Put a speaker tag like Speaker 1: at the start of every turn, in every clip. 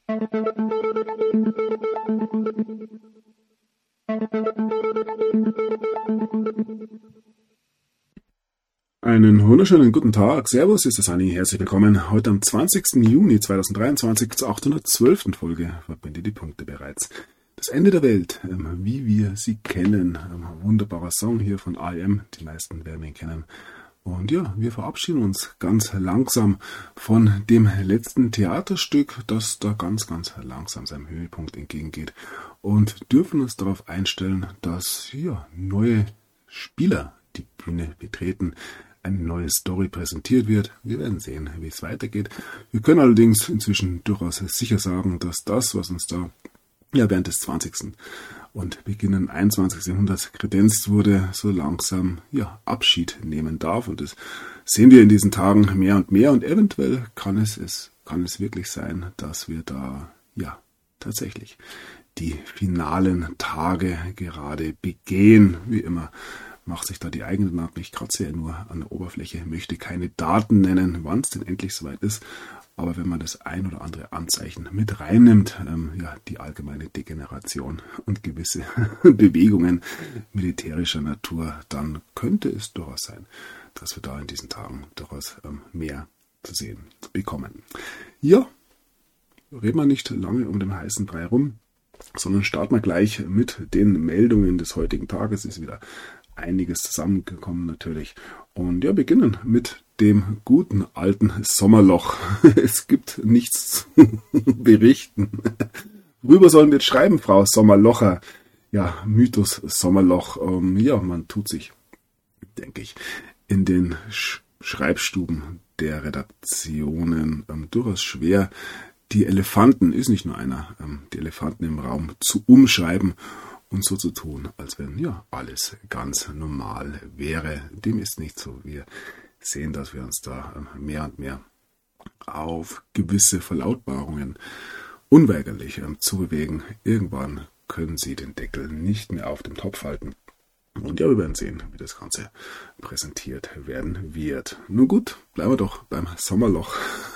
Speaker 1: Einen wunderschönen guten Tag. Servus, ist das Anni. Herzlich willkommen heute am 20. Juni 2023 zur 812. Folge Verbinde die Punkte bereits. Das Ende der Welt, wie wir sie kennen. Wunderbarer Song hier von R.E.M. Die meisten werden ihn kennen. Und ja, wir verabschieden uns ganz langsam von dem letzten Theaterstück, das da ganz langsam seinem Höhepunkt entgegengeht. Und dürfen uns darauf einstellen, dass neue Spieler die Bühne betreten, eine neue Story präsentiert wird. Wir werden sehen, wie es weitergeht. Wir können allerdings inzwischen durchaus sicher sagen, dass das, was uns da während des 20. und beginnenden 21. Jahrhunderts kredenzt wurde, so langsam Abschied nehmen darf. Und das sehen wir in diesen Tagen mehr und mehr. Und eventuell kann es wirklich sein, dass wir da tatsächlich die finalen Tage gerade begehen. Wie immer macht sich da die eigene Nacht. Ich kratze ja nur an der Oberfläche, möchte keine Daten nennen, wann es denn endlich soweit ist. Aber wenn man das ein oder andere Anzeichen mit reinnimmt, die allgemeine Degeneration und gewisse Bewegungen militärischer Natur, dann könnte es durchaus sein, dass wir da in diesen Tagen durchaus mehr zu sehen bekommen. Ja, reden wir nicht lange um den heißen Brei rum, sondern starten wir gleich mit den Meldungen des heutigen Tages. Es ist wieder einiges zusammengekommen natürlich. Und beginnen mit dem guten alten Sommerloch. Es gibt nichts zu berichten. Worüber sollen wir jetzt schreiben, Frau Sommerlocher? Ja, Mythos Sommerloch. Man tut sich, denke ich, in den Schreibstuben der Redaktionen durchaus schwer. Die Elefanten, ist nicht nur einer, die Elefanten im Raum zu umschreiben und so zu tun, als wenn alles ganz normal wäre. Dem ist nicht so. Wir sehen, dass wir uns da mehr und mehr auf gewisse Verlautbarungen unweigerlich zubewegen. Irgendwann können sie den Deckel nicht mehr auf dem Topf halten. Und wir werden sehen, wie das Ganze präsentiert werden wird. Nun gut, bleiben wir doch beim Sommerloch.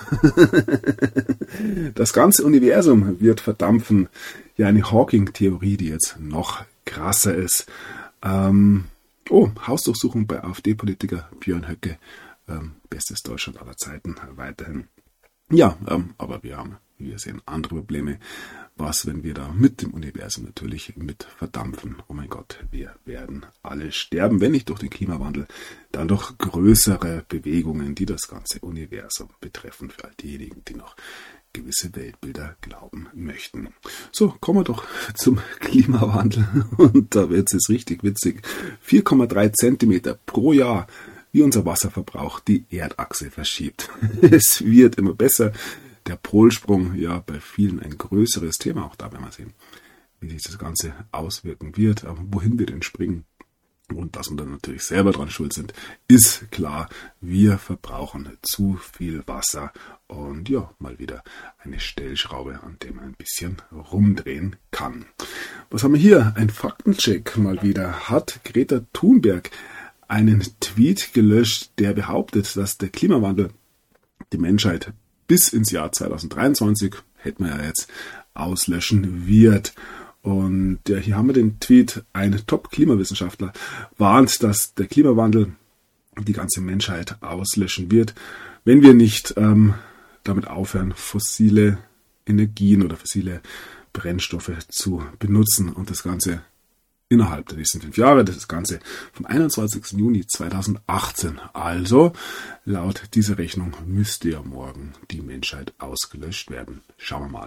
Speaker 1: Das ganze Universum wird verdampfen. Ja, eine Hawking-Theorie, die jetzt noch krasser ist. Hausdurchsuchung bei AfD-Politiker Björn Höcke. Bestes Deutschland aller Zeiten weiterhin. Ja, aber wir haben, wie wir sehen, andere Probleme. Was, wenn wir da mit dem Universum natürlich mit verdampfen? Oh mein Gott, wir werden alle sterben, wenn nicht durch den Klimawandel, dann durch größere Bewegungen, die das ganze Universum betreffen, für all diejenigen, die noch gewisse Weltbilder glauben möchten. So, kommen wir doch zum Klimawandel. Und da wird es richtig witzig. 4,3 Zentimeter pro Jahr, wie unser Wasserverbrauch die Erdachse verschiebt. Es wird immer besser. Der Polsprung, bei vielen ein größeres Thema. Auch da werden wir sehen, wie sich das Ganze auswirken wird. Aber wohin wir denn springen und dass wir dann natürlich selber dran schuld sind, ist klar. Wir verbrauchen zu viel Wasser. Und mal wieder eine Stellschraube, an der man ein bisschen rumdrehen kann. Was haben wir hier? Ein Faktencheck mal wieder. Hat Greta Thunberg einen Tweet gelöscht, der behauptet, dass der Klimawandel die Menschheit bis ins Jahr 2023, hätten wir ja jetzt, auslöschen wird. Und hier haben wir den Tweet, ein Top-Klimawissenschaftler warnt, dass der Klimawandel die ganze Menschheit auslöschen wird, wenn wir nicht damit aufhören, fossile Energien oder fossile Brennstoffe zu benutzen und das Ganze innerhalb der nächsten 5 Jahre, das Ganze vom 21. Juni 2018. Also, laut dieser Rechnung müsste ja morgen die Menschheit ausgelöscht werden. Schauen wir mal.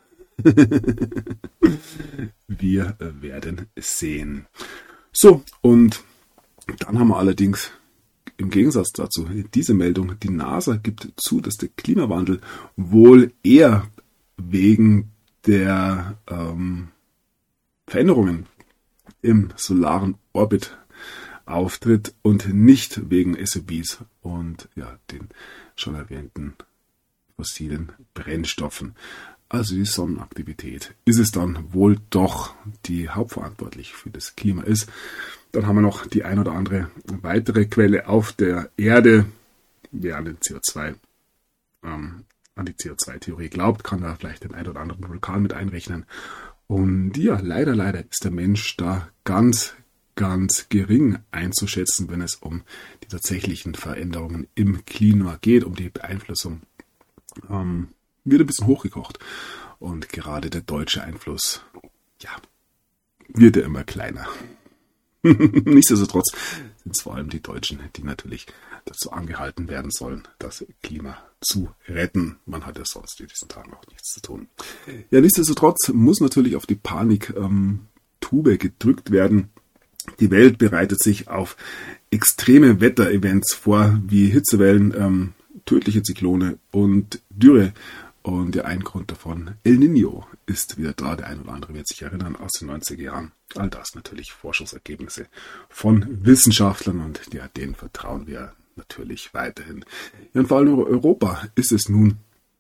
Speaker 1: Wir werden sehen. So, und dann haben wir allerdings im Gegensatz dazu diese Meldung, die NASA gibt zu, dass der Klimawandel wohl eher wegen der Veränderungen im solaren Orbit auftritt und nicht wegen SUVs und den schon erwähnten fossilen Brennstoffen. Also die Sonnenaktivität ist es dann wohl doch, die hauptverantwortlich für das Klima ist. Dann haben wir noch die ein oder andere weitere Quelle auf der Erde, während CO2 an die CO2-Theorie glaubt, kann da vielleicht den ein oder anderen Vulkan mit einrechnen. Und ja, leider ist der Mensch da ganz gering einzuschätzen, wenn es um die tatsächlichen Veränderungen im Klima geht, um die Beeinflussung. Wird ein bisschen hochgekocht. Und gerade der deutsche Einfluss, ja, wird ja immer kleiner. Nichtsdestotrotz sind es vor allem die Deutschen, die natürlich dazu angehalten werden sollen, das Klima zu retten. Man hat ja sonst in diesen Tagen auch nichts zu tun. Ja, nichtsdestotrotz muss natürlich auf die Paniktube gedrückt werden. Die Welt bereitet sich auf extreme Wetterevents vor, wie Hitzewellen, tödliche Zyklone und Dürre. Und ja, ein Grund davon, El Niño, ist wieder da. Der ein oder andere wird sich erinnern, aus den 90er Jahren. All das natürlich Forschungsergebnisse von Wissenschaftlern und ja, denen vertrauen wir natürlich weiterhin. Ja, und vor allem in Europa ist es nun,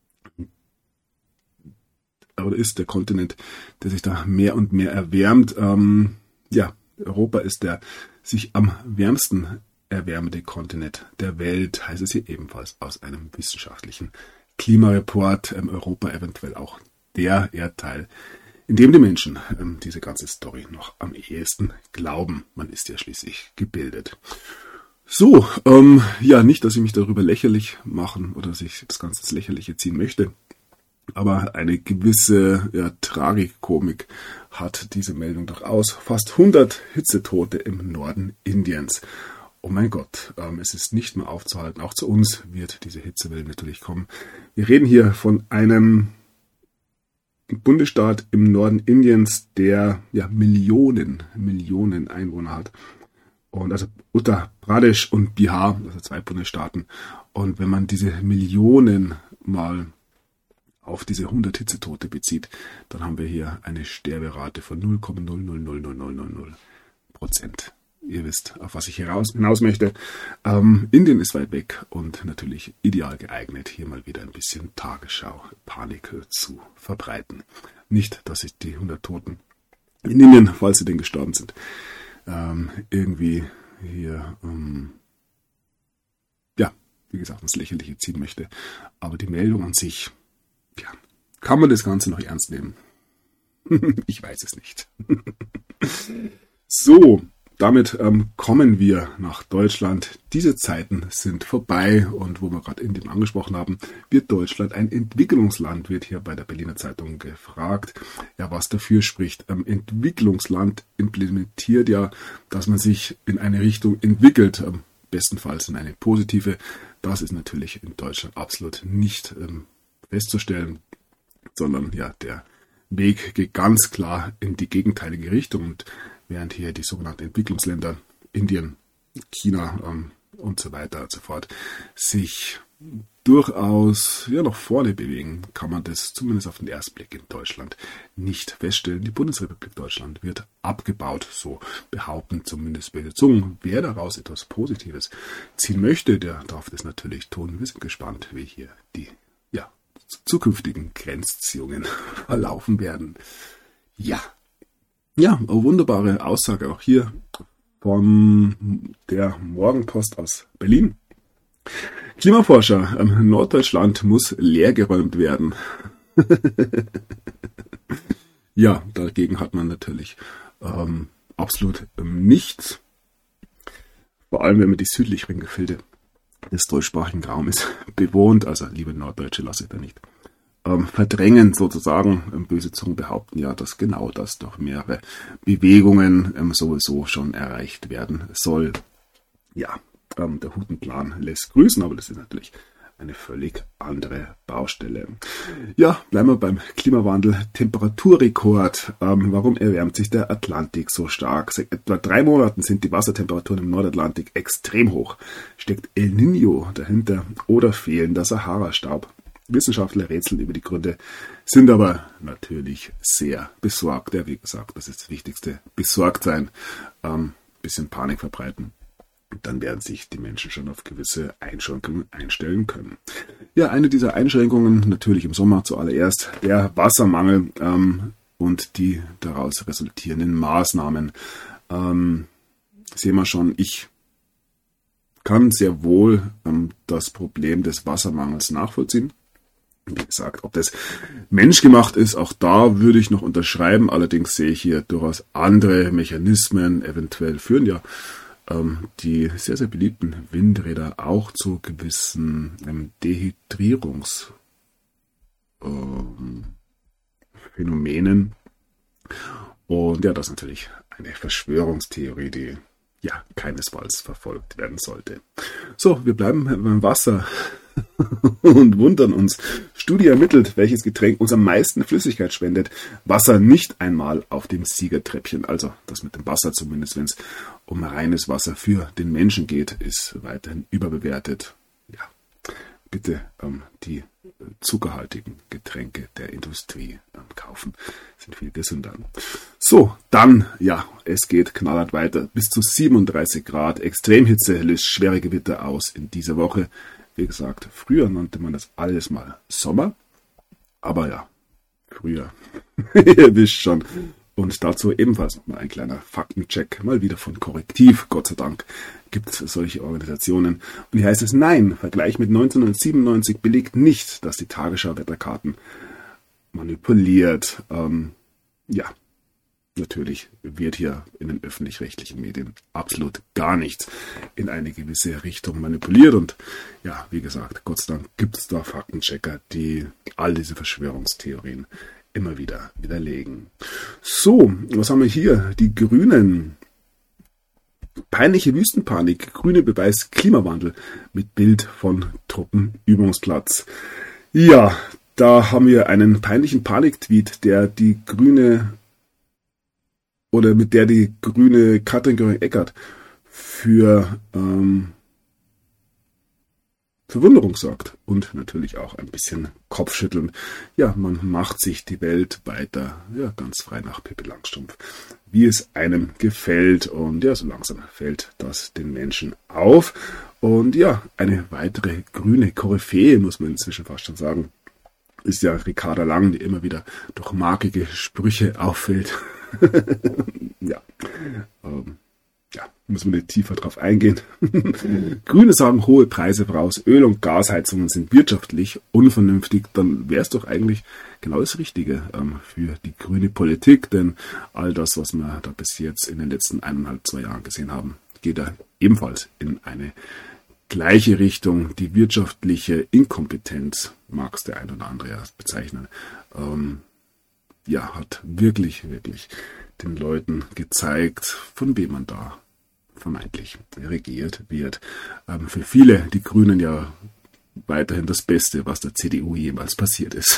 Speaker 1: oder ist der Kontinent, der sich da mehr und mehr erwärmt. Europa ist der sich am wärmsten erwärmende Kontinent der Welt, heißt es hier ebenfalls aus einem wissenschaftlichen Klimareport. Europa eventuell auch der Erdteil, in dem die Menschen diese ganze Story noch am ehesten glauben. Man ist ja schließlich gebildet. So, nicht, dass ich mich darüber lächerlich machen oder dass ich das Ganze ins Lächerliche ziehen möchte, aber eine gewisse Tragikkomik hat diese Meldung durchaus. Fast 100 Hitzetote im Norden Indiens. Oh mein Gott, es ist nicht mehr aufzuhalten. Auch zu uns wird diese Hitzewelle natürlich kommen. Wir reden hier von einem Bundesstaat im Norden Indiens, der Millionen Einwohner hat. Und also Uttar Pradesh und Bihar, also 2 Bundesstaaten. Und wenn man diese Millionen mal auf diese 100 Hitzetote bezieht, dann haben wir hier eine Sterberate von 0,0000000%. Ihr wisst, auf was ich hinaus möchte. Indien ist weit weg und natürlich ideal geeignet, hier mal wieder ein bisschen Tagesschau-Panik zu verbreiten. Nicht, dass sich die 100 Toten in Indien, falls sie denn gestorben sind, irgendwie hier, wie gesagt, ins Lächerliche ziehen möchte. Aber die Meldung an sich, kann man das Ganze noch ernst nehmen? Ich weiß es nicht. So. Damit kommen wir nach Deutschland. Diese Zeiten sind vorbei und wo wir gerade Indien angesprochen haben, wird Deutschland ein Entwicklungsland, wird hier bei der Berliner Zeitung gefragt. Ja, was dafür spricht. Entwicklungsland implementiert ja, dass man sich in eine Richtung entwickelt, bestenfalls in eine positive. Das ist natürlich in Deutschland absolut nicht festzustellen, sondern der Weg geht ganz klar in die gegenteilige Richtung. Und während hier die sogenannten Entwicklungsländer, Indien, China und so weiter und so fort, sich durchaus nach vorne bewegen, kann man das zumindest auf den ersten Blick in Deutschland nicht feststellen. Die Bundesrepublik Deutschland wird abgebaut, so behaupten zumindest böse Zungen. Wer daraus etwas Positives ziehen möchte, der darf das natürlich tun. Wir sind gespannt, wie hier die zukünftigen Grenzziehungen verlaufen werden. Ja, eine wunderbare Aussage auch hier von der Morgenpost aus Berlin. Klimaforscher, Norddeutschland muss leergeräumt werden. Ja, dagegen hat man natürlich absolut nichts. Vor allem, wenn man die südlicheren Gefilde des deutschsprachigen Raumes bewohnt, also liebe Norddeutsche, lasse ich da nicht verdrängen sozusagen. Böse Zungen behaupten ja, dass genau das durch mehrere Bewegungen sowieso schon erreicht werden soll. Ja, der Hutenplan lässt grüßen, aber das ist natürlich eine völlig andere Baustelle. Ja, bleiben wir beim Klimawandel. Temperaturrekord. Warum erwärmt sich der Atlantik so stark? Seit etwa 3 Monaten sind die Wassertemperaturen im Nordatlantik extrem hoch. Steckt El Niño dahinter oder fehlender Sahara-Staub? Wissenschaftler rätseln über die Gründe, sind aber natürlich sehr besorgt. Ja, wie gesagt, das ist das Wichtigste. Besorgt sein, bisschen Panik verbreiten. Dann werden sich die Menschen schon auf gewisse Einschränkungen einstellen können. Ja, eine dieser Einschränkungen, natürlich im Sommer zuallererst, der Wassermangel und die daraus resultierenden Maßnahmen. Sehen wir schon, ich kann sehr wohl das Problem des Wassermangels nachvollziehen. Wie gesagt, ob das menschgemacht ist, auch da würde ich noch unterschreiben. Allerdings sehe ich hier durchaus andere Mechanismen. Eventuell führen ja die sehr, sehr beliebten Windräder auch zu gewissen Dehydrierungsphänomenen. Und ja, das ist natürlich eine Verschwörungstheorie, die ja keinesfalls verfolgt werden sollte. So, wir bleiben beim Wasser und wundern uns. Studie ermittelt, welches Getränk uns am meisten Flüssigkeit spendet. Wasser nicht einmal auf dem Siegertreppchen. Also das mit dem Wasser, zumindest wenn es um reines Wasser für den Menschen geht, ist weiterhin überbewertet. Ja, bitte die zuckerhaltigen Getränke der Industrie kaufen. Sind viel gesünder. So, dann, ja, es geht knallhart weiter. Bis zu 37 Grad. Extremhitze löst schwere Gewitter aus in dieser Woche. Wie gesagt, früher nannte man das alles mal Sommer. Aber ja, früher. Ihr wisst schon. Und dazu ebenfalls nochmal ein kleiner Faktencheck. Mal wieder von Korrektiv. Gott sei Dank gibt es solche Organisationen. Und hier heißt es, nein, Vergleich mit 1997 belegt nicht, dass die Tagesschau-Wetterkarten manipuliert. Ja, natürlich wird hier in den öffentlich-rechtlichen Medien absolut gar nichts in eine gewisse Richtung manipuliert. Und ja, wie gesagt, Gott sei Dank gibt es da Faktenchecker, die all diese Verschwörungstheorien immer wieder widerlegen. So, was haben wir hier? Die Grünen. Peinliche Wüstenpanik. Grüne beweist Klimawandel mit Bild von Truppenübungsplatz. Ja, da haben wir einen peinlichen Paniktweet, der die Grüne oder mit der die Grüne Katrin Göring-Eckardt für Verwunderung sorgt und natürlich auch ein bisschen Kopfschütteln. Ja, man macht sich die Welt weiter, ja, ganz frei nach Pippi Langstrumpf, wie es einem gefällt. Und ja, so langsam fällt das den Menschen auf. Und ja, eine weitere grüne Koryphäe, muss man inzwischen fast schon sagen, ist ja Ricarda Lang, die immer wieder durch markige Sprüche auffällt. Ja, muss man nicht tiefer drauf eingehen. Grüne sagen hohe Preise voraus, Öl- und Gasheizungen sind wirtschaftlich unvernünftig, dann wäre es doch eigentlich genau das Richtige für die grüne Politik, denn all das, was wir da bis jetzt in den letzten 2 Jahren gesehen haben, geht da ebenfalls in eine gleiche Richtung. Die wirtschaftliche Inkompetenz, mag es der ein oder andere ja bezeichnen, ja, hat wirklich den Leuten gezeigt, von wem man da vermeintlich regiert wird. Für viele, die Grünen ja weiterhin das Beste, was der CDU jemals passiert ist.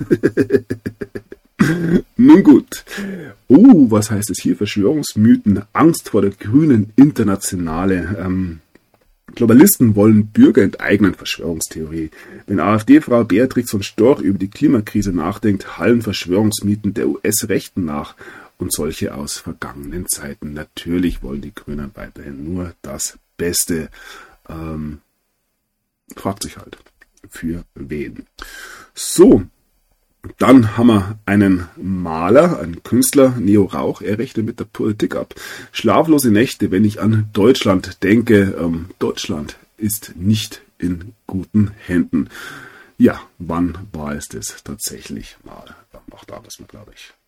Speaker 1: Nun gut. Was heißt es hier? Verschwörungsmythen, Angst vor der grünen Internationale. Globalisten wollen Bürger enteignen, Verschwörungstheorie. Wenn AfD-Frau Beatrix von Storch über die Klimakrise nachdenkt, hallen Verschwörungsmythen der US-Rechten nach. Und solche aus vergangenen Zeiten. Natürlich wollen die Grünen weiterhin nur das Beste. Fragt sich halt, für wen. So, dann haben wir einen Maler, einen Künstler, Neo Rauch. Er rechnet mit der Politik ab. Schlaflose Nächte, wenn ich an Deutschland denke. Deutschland ist nicht in guten Händen. Ja, wann war es das tatsächlich mal? Auch da muss man, glaube ich,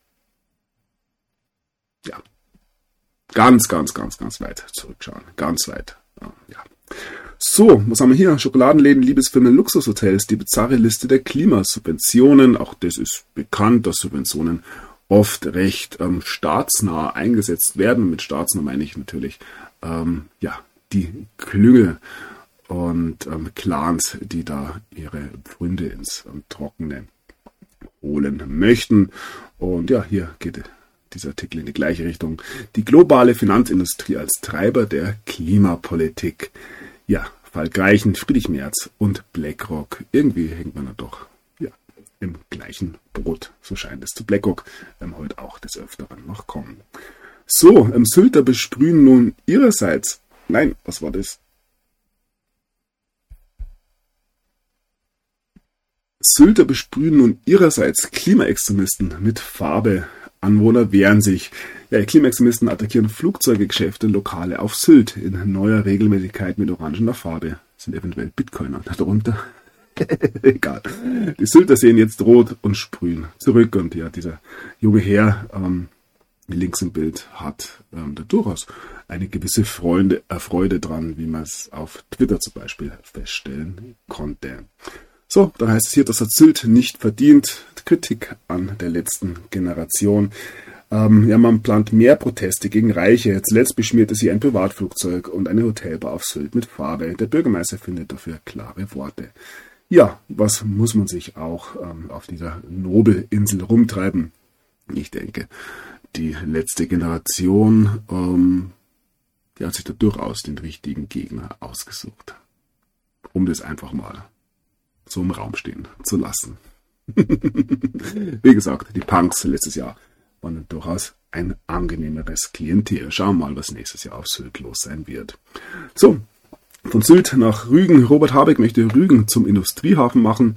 Speaker 1: ja, ganz weit zurückschauen. Ganz weit. Ja. So, was haben wir hier? Schokoladenläden, Liebesfilme, Luxushotels, die bizarre Liste der Klimasubventionen. Auch das ist bekannt, dass Subventionen oft recht staatsnah eingesetzt werden. Mit staatsnah meine ich natürlich ja, die Klüngel und Clans, die da ihre Pfründe ins Trockene holen möchten. Und ja, hier geht dieser Artikel in die gleiche Richtung. Die globale Finanzindustrie als Treiber der Klimapolitik. Ja, Fall Gleichen, Friedrich Merz und BlackRock. Irgendwie hängt man da doch ja, im gleichen Boot. So scheint es. Zu BlackRock heute auch des Öfteren noch kommen. So, Sylter besprühen nun ihrerseits. Nein, was war das? Sylter besprühen nun ihrerseits Klimaextremisten mit Farbe. Anwohner wehren sich. Ja, Klimaextremisten attackieren Flugzeuge, Geschäfte, Lokale auf Sylt in neuer Regelmäßigkeit mit orangener Farbe. Sind eventuell Bitcoiner darunter. Egal. Die Sylter sehen jetzt rot und sprühen zurück. Und ja, dieser junge Herr, links im Bild, hat da durchaus eine gewisse Freude dran, wie man es auf Twitter zum Beispiel feststellen konnte. So, dann heißt es hier, das hat Sylt nicht verdient. Kritik an der letzten Generation. Man plant mehr Proteste gegen Reiche. Zuletzt beschmierte sie ein Privatflugzeug und eine Hotelbar auf Sylt mit Farbe. Der Bürgermeister findet dafür klare Worte. Ja, was muss man sich auch auf dieser Nobelinsel rumtreiben? Ich denke, die letzte Generation, die hat sich da durchaus den richtigen Gegner ausgesucht, um das einfach mal so im Raum stehen zu lassen. Wie gesagt, die Punks letztes Jahr waren durchaus ein angenehmeres Klientel. Schauen wir mal, was nächstes Jahr auf Sylt los sein wird. So, von Sylt nach Rügen. Robert Habeck möchte Rügen zum Industriehafen machen.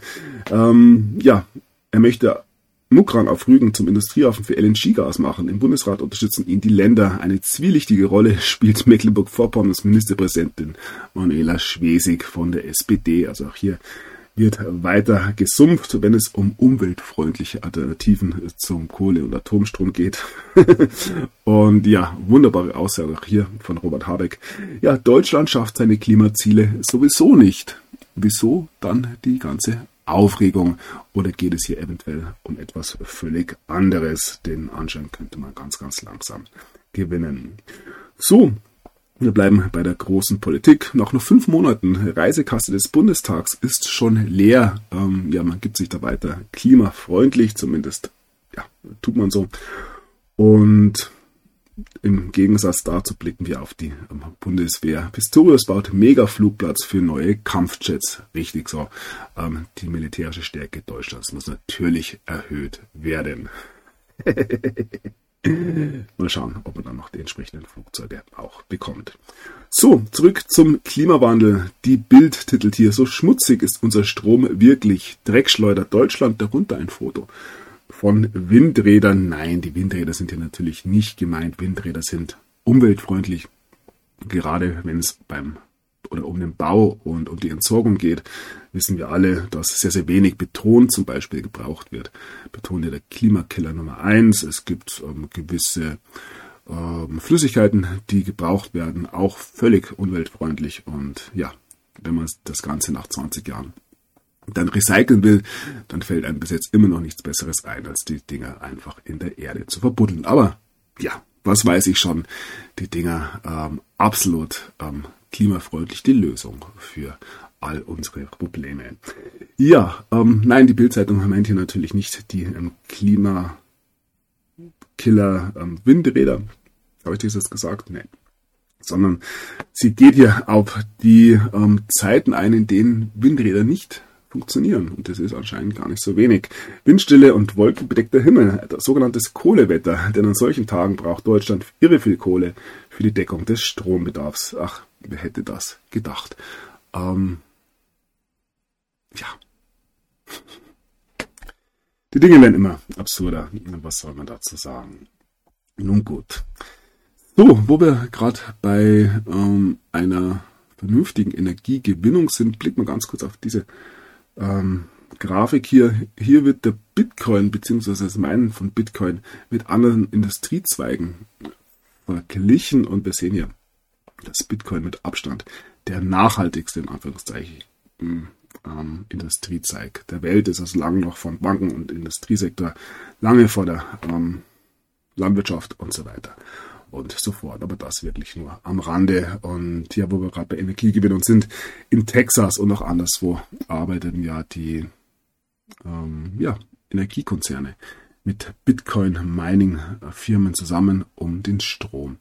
Speaker 1: Er möchte Muckrang auf Rügen zum Industriehafen für LNG-Gas machen. Im Bundesrat unterstützen ihn die Länder. Eine zwielichtige Rolle spielt Mecklenburg-Vorpommerns Ministerpräsidentin Manuela Schwesig von der SPD. Also auch hier wird weiter gesumpft, wenn es um umweltfreundliche Alternativen zum Kohle- und Atomstrom geht. Und ja, wunderbare Aussage auch hier von Robert Habeck. Ja, Deutschland schafft seine Klimaziele sowieso nicht. Wieso dann die ganze Aufregung? Oder geht es hier eventuell um etwas völlig anderes? Den Anschein könnte man ganz, ganz langsam gewinnen. So. Wir bleiben bei der großen Politik. Nach nur 5 Monaten Reisekasse des Bundestags ist schon leer. Man gibt sich da weiter klimafreundlich, zumindest tut man so. Und im Gegensatz dazu blicken wir auf die Bundeswehr. Pistorius baut Megaflugplatz für neue Kampfjets. Richtig so. Die militärische Stärke Deutschlands muss natürlich erhöht werden. Mal schauen, ob man dann noch die entsprechenden Flugzeuge auch bekommt. So, zurück zum Klimawandel. Die Bild titelt hier: So schmutzig ist unser Strom wirklich. Dreck schleudert Deutschland. Darunter ein Foto von Windrädern. Nein, die Windräder sind hier natürlich nicht gemeint. Windräder sind umweltfreundlich. Gerade wenn es um den Bau und um die Entsorgung geht, wissen wir alle, dass sehr, sehr wenig Beton zum Beispiel gebraucht wird. Beton ist der Klimakiller Nummer 1. Es gibt gewisse Flüssigkeiten, die gebraucht werden, auch völlig umweltfreundlich. Und ja, wenn man das Ganze nach 20 Jahren dann recyceln will, dann fällt einem bis jetzt immer noch nichts Besseres ein, als die Dinger einfach in der Erde zu verbuddeln. Aber ja, was weiß ich schon, die Dinger absolut klimafreundlich die Lösung für all unsere Probleme. Ja, nein, die Bild-Zeitung meint hier natürlich nicht die Klimakiller Windräder. Habe ich das jetzt gesagt? Nein. Sondern sie geht hier auf die Zeiten ein, in denen Windräder nicht funktionieren. Und das ist anscheinend gar nicht so wenig. Windstille und wolkenbedeckter Himmel, das sogenanntes Kohlewetter. Denn an solchen Tagen braucht Deutschland irre viel Kohle für die Deckung des Strombedarfs. Ach, wer hätte das gedacht? Die Dinge werden immer absurder. Was soll man dazu sagen? Nun gut. So, wo wir gerade bei einer vernünftigen Energiegewinnung sind, blicken wir ganz kurz auf diese Grafik hier. Hier wird der Bitcoin bzw. das Meinen von Bitcoin mit anderen Industriezweigen verglichen und wir sehen hier, dass Bitcoin mit Abstand der nachhaltigste, in Anführungszeichen, Industriezweig der Welt ist, also lange noch von Banken und Industriesektor, lange vor der Landwirtschaft und so weiter und so fort. Aber das wirklich nur am Rande. Und ja, wo wir gerade bei Energiegewinnung sind, in Texas und auch anderswo arbeiten ja die Energiekonzerne mit Bitcoin-Mining-Firmen zusammen, um den Strom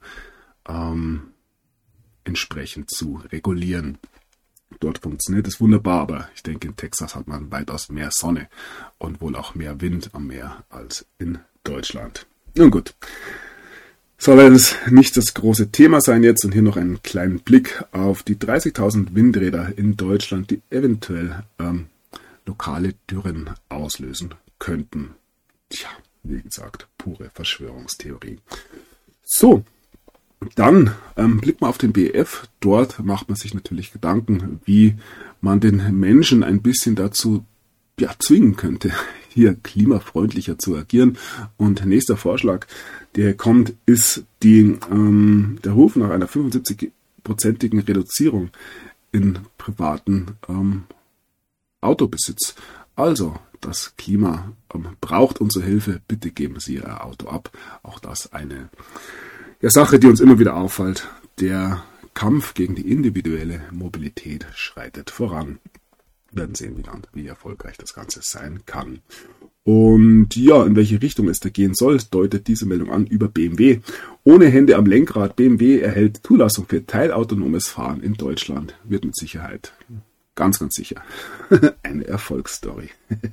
Speaker 1: entsprechend zu regulieren. Dort funktioniert es wunderbar, aber ich denke, in Texas hat man weitaus mehr Sonne und wohl auch mehr Wind am Meer als in Deutschland. Nun gut, soll es nicht das große Thema sein jetzt und hier noch einen kleinen Blick auf die 30.000 Windräder in Deutschland, die eventuell lokale Dürren auslösen könnten. Tja, wie gesagt, pure Verschwörungstheorie. So, Dann blickt man auf den BEF. Dort macht man sich natürlich Gedanken, wie man den Menschen ein bisschen dazu zwingen könnte, hier klimafreundlicher zu agieren. Und nächster Vorschlag, der kommt, ist der Ruf nach einer 75-prozentigen Reduzierung in privaten Autobesitz. Also, das Klima braucht unsere Hilfe. Bitte geben Sie Ihr Auto ab. Auch das eine Sache, die uns immer wieder auffällt. Der Kampf gegen die individuelle Mobilität schreitet voran. Wir werden sehen, wie erfolgreich das Ganze sein kann. Und ja, in welche Richtung es da gehen soll, deutet diese Meldung an über BMW. Ohne Hände am Lenkrad. BMW erhält Zulassung für teilautonomes Fahren in Deutschland. Wird mit Sicherheit, ganz, ganz sicher, eine Erfolgsstory.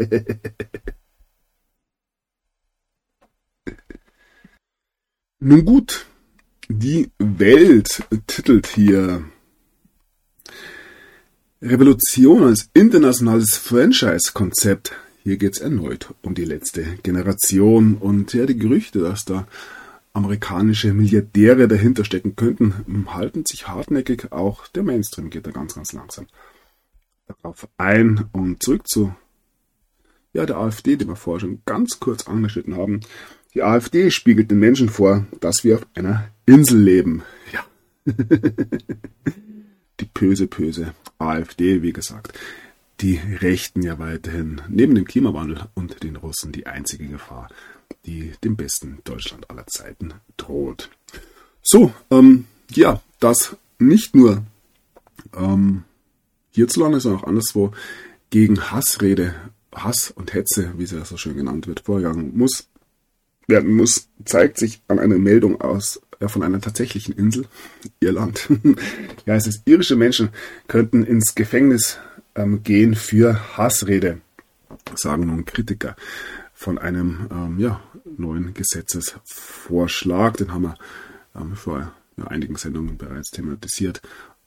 Speaker 1: Nun gut, die Welt titelt hier Revolution als internationales Franchise-Konzept. Hier geht es erneut um die letzte Generation und ja, die Gerüchte, dass da amerikanische Milliardäre dahinter stecken könnten, halten sich hartnäckig. Auch der Mainstream geht da ganz, ganz langsam darauf ein. Und zurück zu der AfD, die wir vorher schon ganz kurz angeschnitten haben. Die AfD spiegelt den Menschen vor, dass wir auf einer Insel leben. Ja. Die böse AfD, wie gesagt. Die Rechten ja weiterhin neben dem Klimawandel und den Russen die einzige Gefahr, die dem besten Deutschland aller Zeiten droht. So, dass nicht nur hierzulande, sondern auch anderswo gegen Hassrede, Hass und Hetze, wie sie ja so schön genannt wird, vorgegangen werden muss, zeigt sich an einer Meldung von einer tatsächlichen Insel, Irland. Ja, es ist, irische Menschen könnten ins Gefängnis gehen für Hassrede, sagen nun Kritiker von einem neuen Gesetzesvorschlag. Den haben wir vor einigen Sendungen bereits thematisiert.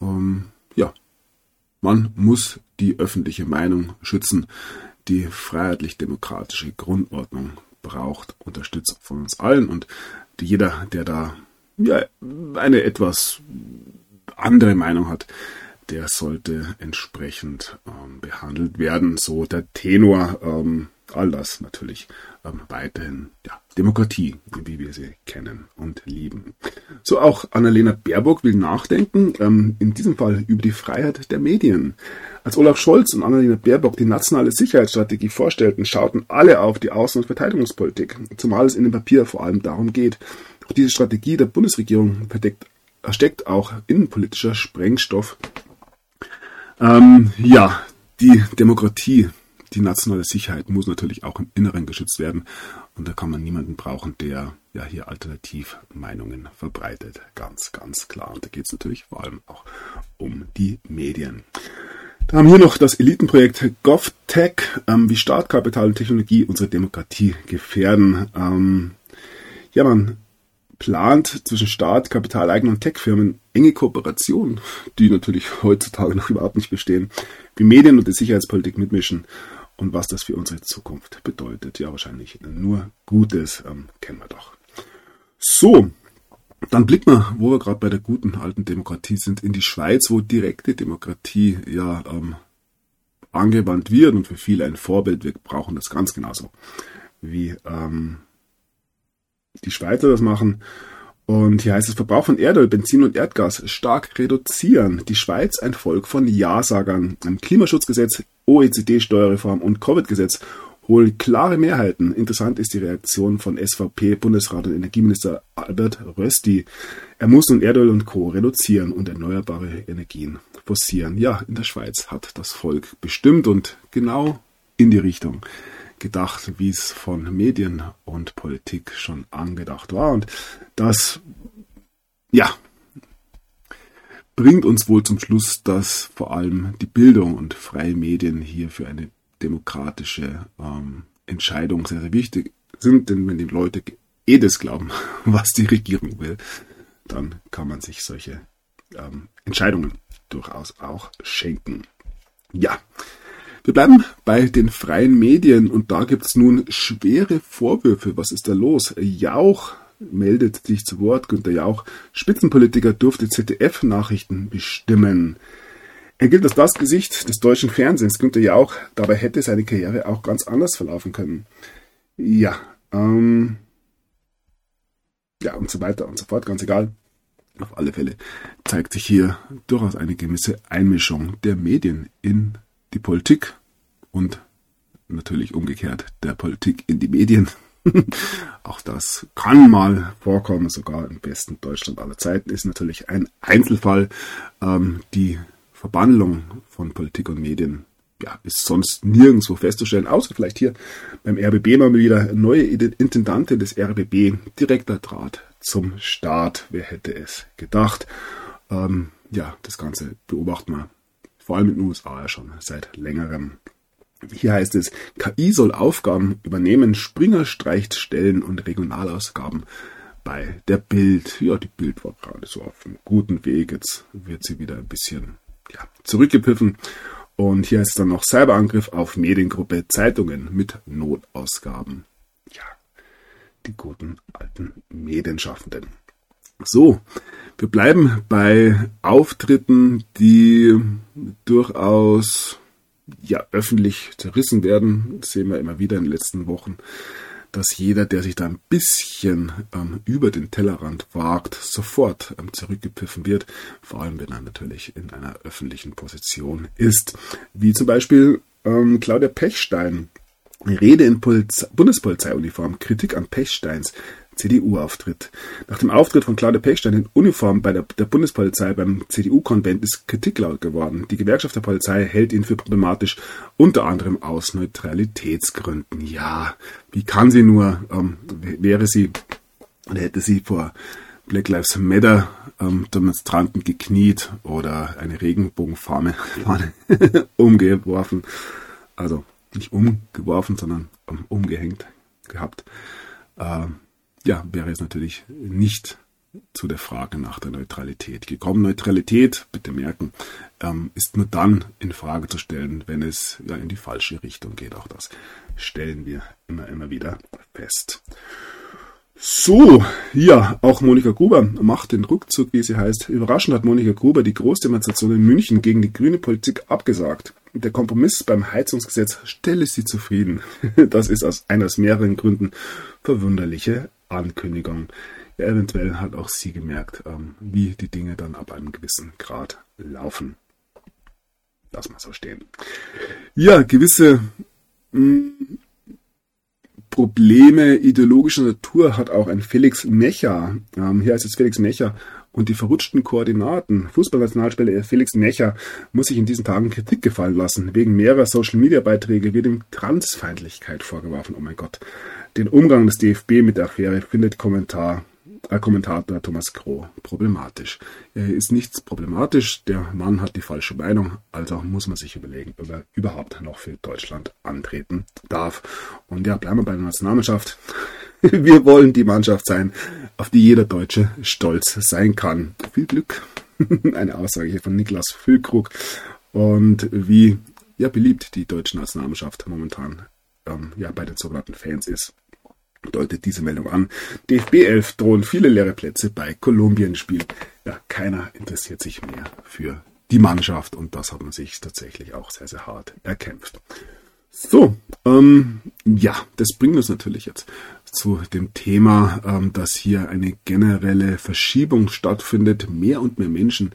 Speaker 1: Man muss die öffentliche Meinung schützen. Die freiheitlich-demokratische Grundordnung braucht Unterstützung von uns allen, und jeder, der da eine etwas andere Meinung hat, der sollte entsprechend behandelt werden. So der Tenor, all das natürlich weiterhin Demokratie, wie wir sie kennen und lieben. So auch Annalena Baerbock will nachdenken, in diesem Fall über die Freiheit der Medien. Als Olaf Scholz und Annalena Baerbock die nationale Sicherheitsstrategie vorstellten, schauten alle auf die Außen- und Verteidigungspolitik, zumal es in dem Papier vor allem darum geht. Doch diese Strategie der Bundesregierung versteckt auch innenpolitischer Sprengstoff. Die Demokratie, die nationale Sicherheit muss natürlich auch im Inneren geschützt werden. Und da kann man niemanden brauchen, der hier alternativ Meinungen verbreitet. Ganz, ganz klar. Und da geht es natürlich vor allem auch um die Medien. Da haben wir hier noch das Elitenprojekt GovTech, wie Startkapital und Technologie unsere Demokratie gefährden. Man plant zwischen Staat, Kapitaleigner und Tech-Firmen enge Kooperationen, die natürlich heutzutage noch überhaupt nicht bestehen, wie Medien und die Sicherheitspolitik mitmischen und was das für unsere Zukunft bedeutet. Ja, wahrscheinlich nur Gutes, kennen wir doch. So, dann blicken wir, wo wir gerade bei der guten alten Demokratie sind, in die Schweiz, wo direkte Demokratie angewandt wird und für viele ein Vorbild. Wir brauchen das ganz genauso, wie die Schweizer das machen. Und hier heißt es, Verbrauch von Erdöl, Benzin und Erdgas stark reduzieren. Die Schweiz ein Volk von Ja-Sagern. Ein Klimaschutzgesetz, OECD-Steuerreform und Covid-Gesetz holen klare Mehrheiten. Interessant ist die Reaktion von SVP-Bundesrat und Energieminister Albert Rösti. Er muss nun Erdöl und Co. reduzieren und erneuerbare Energien forcieren. Ja, in der Schweiz hat das Volk bestimmt und genau in die Richtung gedacht, wie es von Medien und Politik schon angedacht war. Und das, bringt uns wohl zum Schluss, dass vor allem die Bildung und freie Medien hier für eine demokratische Entscheidung sehr, sehr wichtig sind. Denn wenn die Leute das glauben, was die Regierung will, dann kann man sich solche Entscheidungen durchaus auch schenken. Ja, wir bleiben bei den freien Medien und da gibt es nun schwere Vorwürfe. Was ist da los? Jauch meldet sich zu Wort. Günther Jauch, Spitzenpolitiker durfte ZDF-Nachrichten bestimmen. Er gilt als das Gesicht des deutschen Fernsehens, Günther Jauch. Dabei hätte seine Karriere auch ganz anders verlaufen können. Ja, und so weiter und so fort, ganz egal. Auf alle Fälle zeigt sich hier durchaus eine gewisse Einmischung der Medien in die Politik und natürlich umgekehrt der Politik in die Medien. Auch das kann mal vorkommen, sogar im besten Deutschland aller Zeiten, ist natürlich ein Einzelfall. Die Verbandlung von Politik und Medien ist sonst nirgendwo festzustellen, außer vielleicht hier beim RBB mal wieder. Neue Intendantin des RBB, direkter Draht zum Staat. Wer hätte es gedacht? Das Ganze beobachten wir vor allem in den USA ja schon seit längerem. Hier heißt es, KI soll Aufgaben übernehmen, Springer streicht Stellen und Regionalausgaben bei der Bild. Ja, die Bild war gerade so auf einem guten Weg, jetzt wird sie wieder ein bisschen zurückgepfiffen. Und hier ist dann noch Cyberangriff auf Mediengruppe Zeitungen mit Notausgaben. Ja, die guten alten Medienschaffenden. So, wir bleiben bei Auftritten, die durchaus öffentlich zerrissen werden. Das sehen wir immer wieder in den letzten Wochen, dass jeder, der sich da ein bisschen über den Tellerrand wagt, sofort zurückgepfiffen wird. Vor allem, wenn er natürlich in einer öffentlichen Position ist. Wie zum Beispiel Claudia Pechstein. Rede in Bundespolizeiuniform. Kritik an Pechsteins CDU-Auftritt. Nach dem Auftritt von Claudia Pechstein in Uniform bei der Bundespolizei beim CDU-Konvent ist Kritik laut geworden. Die Gewerkschaft der Polizei hält ihn für problematisch, unter anderem aus Neutralitätsgründen. Ja, wie kann sie nur, hätte sie vor Black Lives Matter Demonstranten gekniet oder eine Regenbogenfahne umgeworfen. Also nicht umgeworfen, sondern umgehängt gehabt. Wäre es natürlich nicht zu der Frage nach der Neutralität gekommen. Neutralität, bitte merken, ist nur dann in Frage zu stellen, wenn es in die falsche Richtung geht. Auch das stellen wir immer wieder fest. So, auch Monika Gruber macht den Rückzug, wie sie heißt. Überraschend hat Monika Gruber die Großdemonstration in München gegen die grüne Politik abgesagt. Der Kompromiss beim Heizungsgesetz stelle sie zufrieden. Das ist aus mehreren Gründen verwunderliche Ankündigung. Ja, eventuell hat auch sie gemerkt, wie die Dinge dann ab einem gewissen Grad laufen. Lass mal so stehen. Ja, gewisse Probleme ideologischer Natur hat auch ein Felix Mecha. Hier heißt es Felix Mecha und die verrutschten Koordinaten. Fußballnationalspieler Felix Mecha muss sich in diesen Tagen Kritik gefallen lassen. Wegen mehrerer Social-Media-Beiträge wird ihm Transfeindlichkeit vorgeworfen. Oh mein Gott. Den Umgang des DFB mit der Affäre findet Kommentator Thomas Kroh problematisch. Ist nichts problematisch, der Mann hat die falsche Meinung, also muss man sich überlegen, ob er überhaupt noch für Deutschland antreten darf. Und bleiben wir bei der Nationalmannschaft. Wir wollen die Mannschaft sein, auf die jeder Deutsche stolz sein kann. Viel Glück. Eine Aussage hier von Niklas Füllkrug. Und wie beliebt die deutsche Nationalmannschaft momentan bei den sogenannten Fans ist, deutet diese Meldung an. DFB 11 drohen viele leere Plätze bei Kolumbien-Spiel. Ja, keiner interessiert sich mehr für die Mannschaft und das hat man sich tatsächlich auch sehr, sehr hart erkämpft. So, das bringt uns natürlich jetzt zu dem Thema, dass hier eine generelle Verschiebung stattfindet. Mehr und mehr Menschen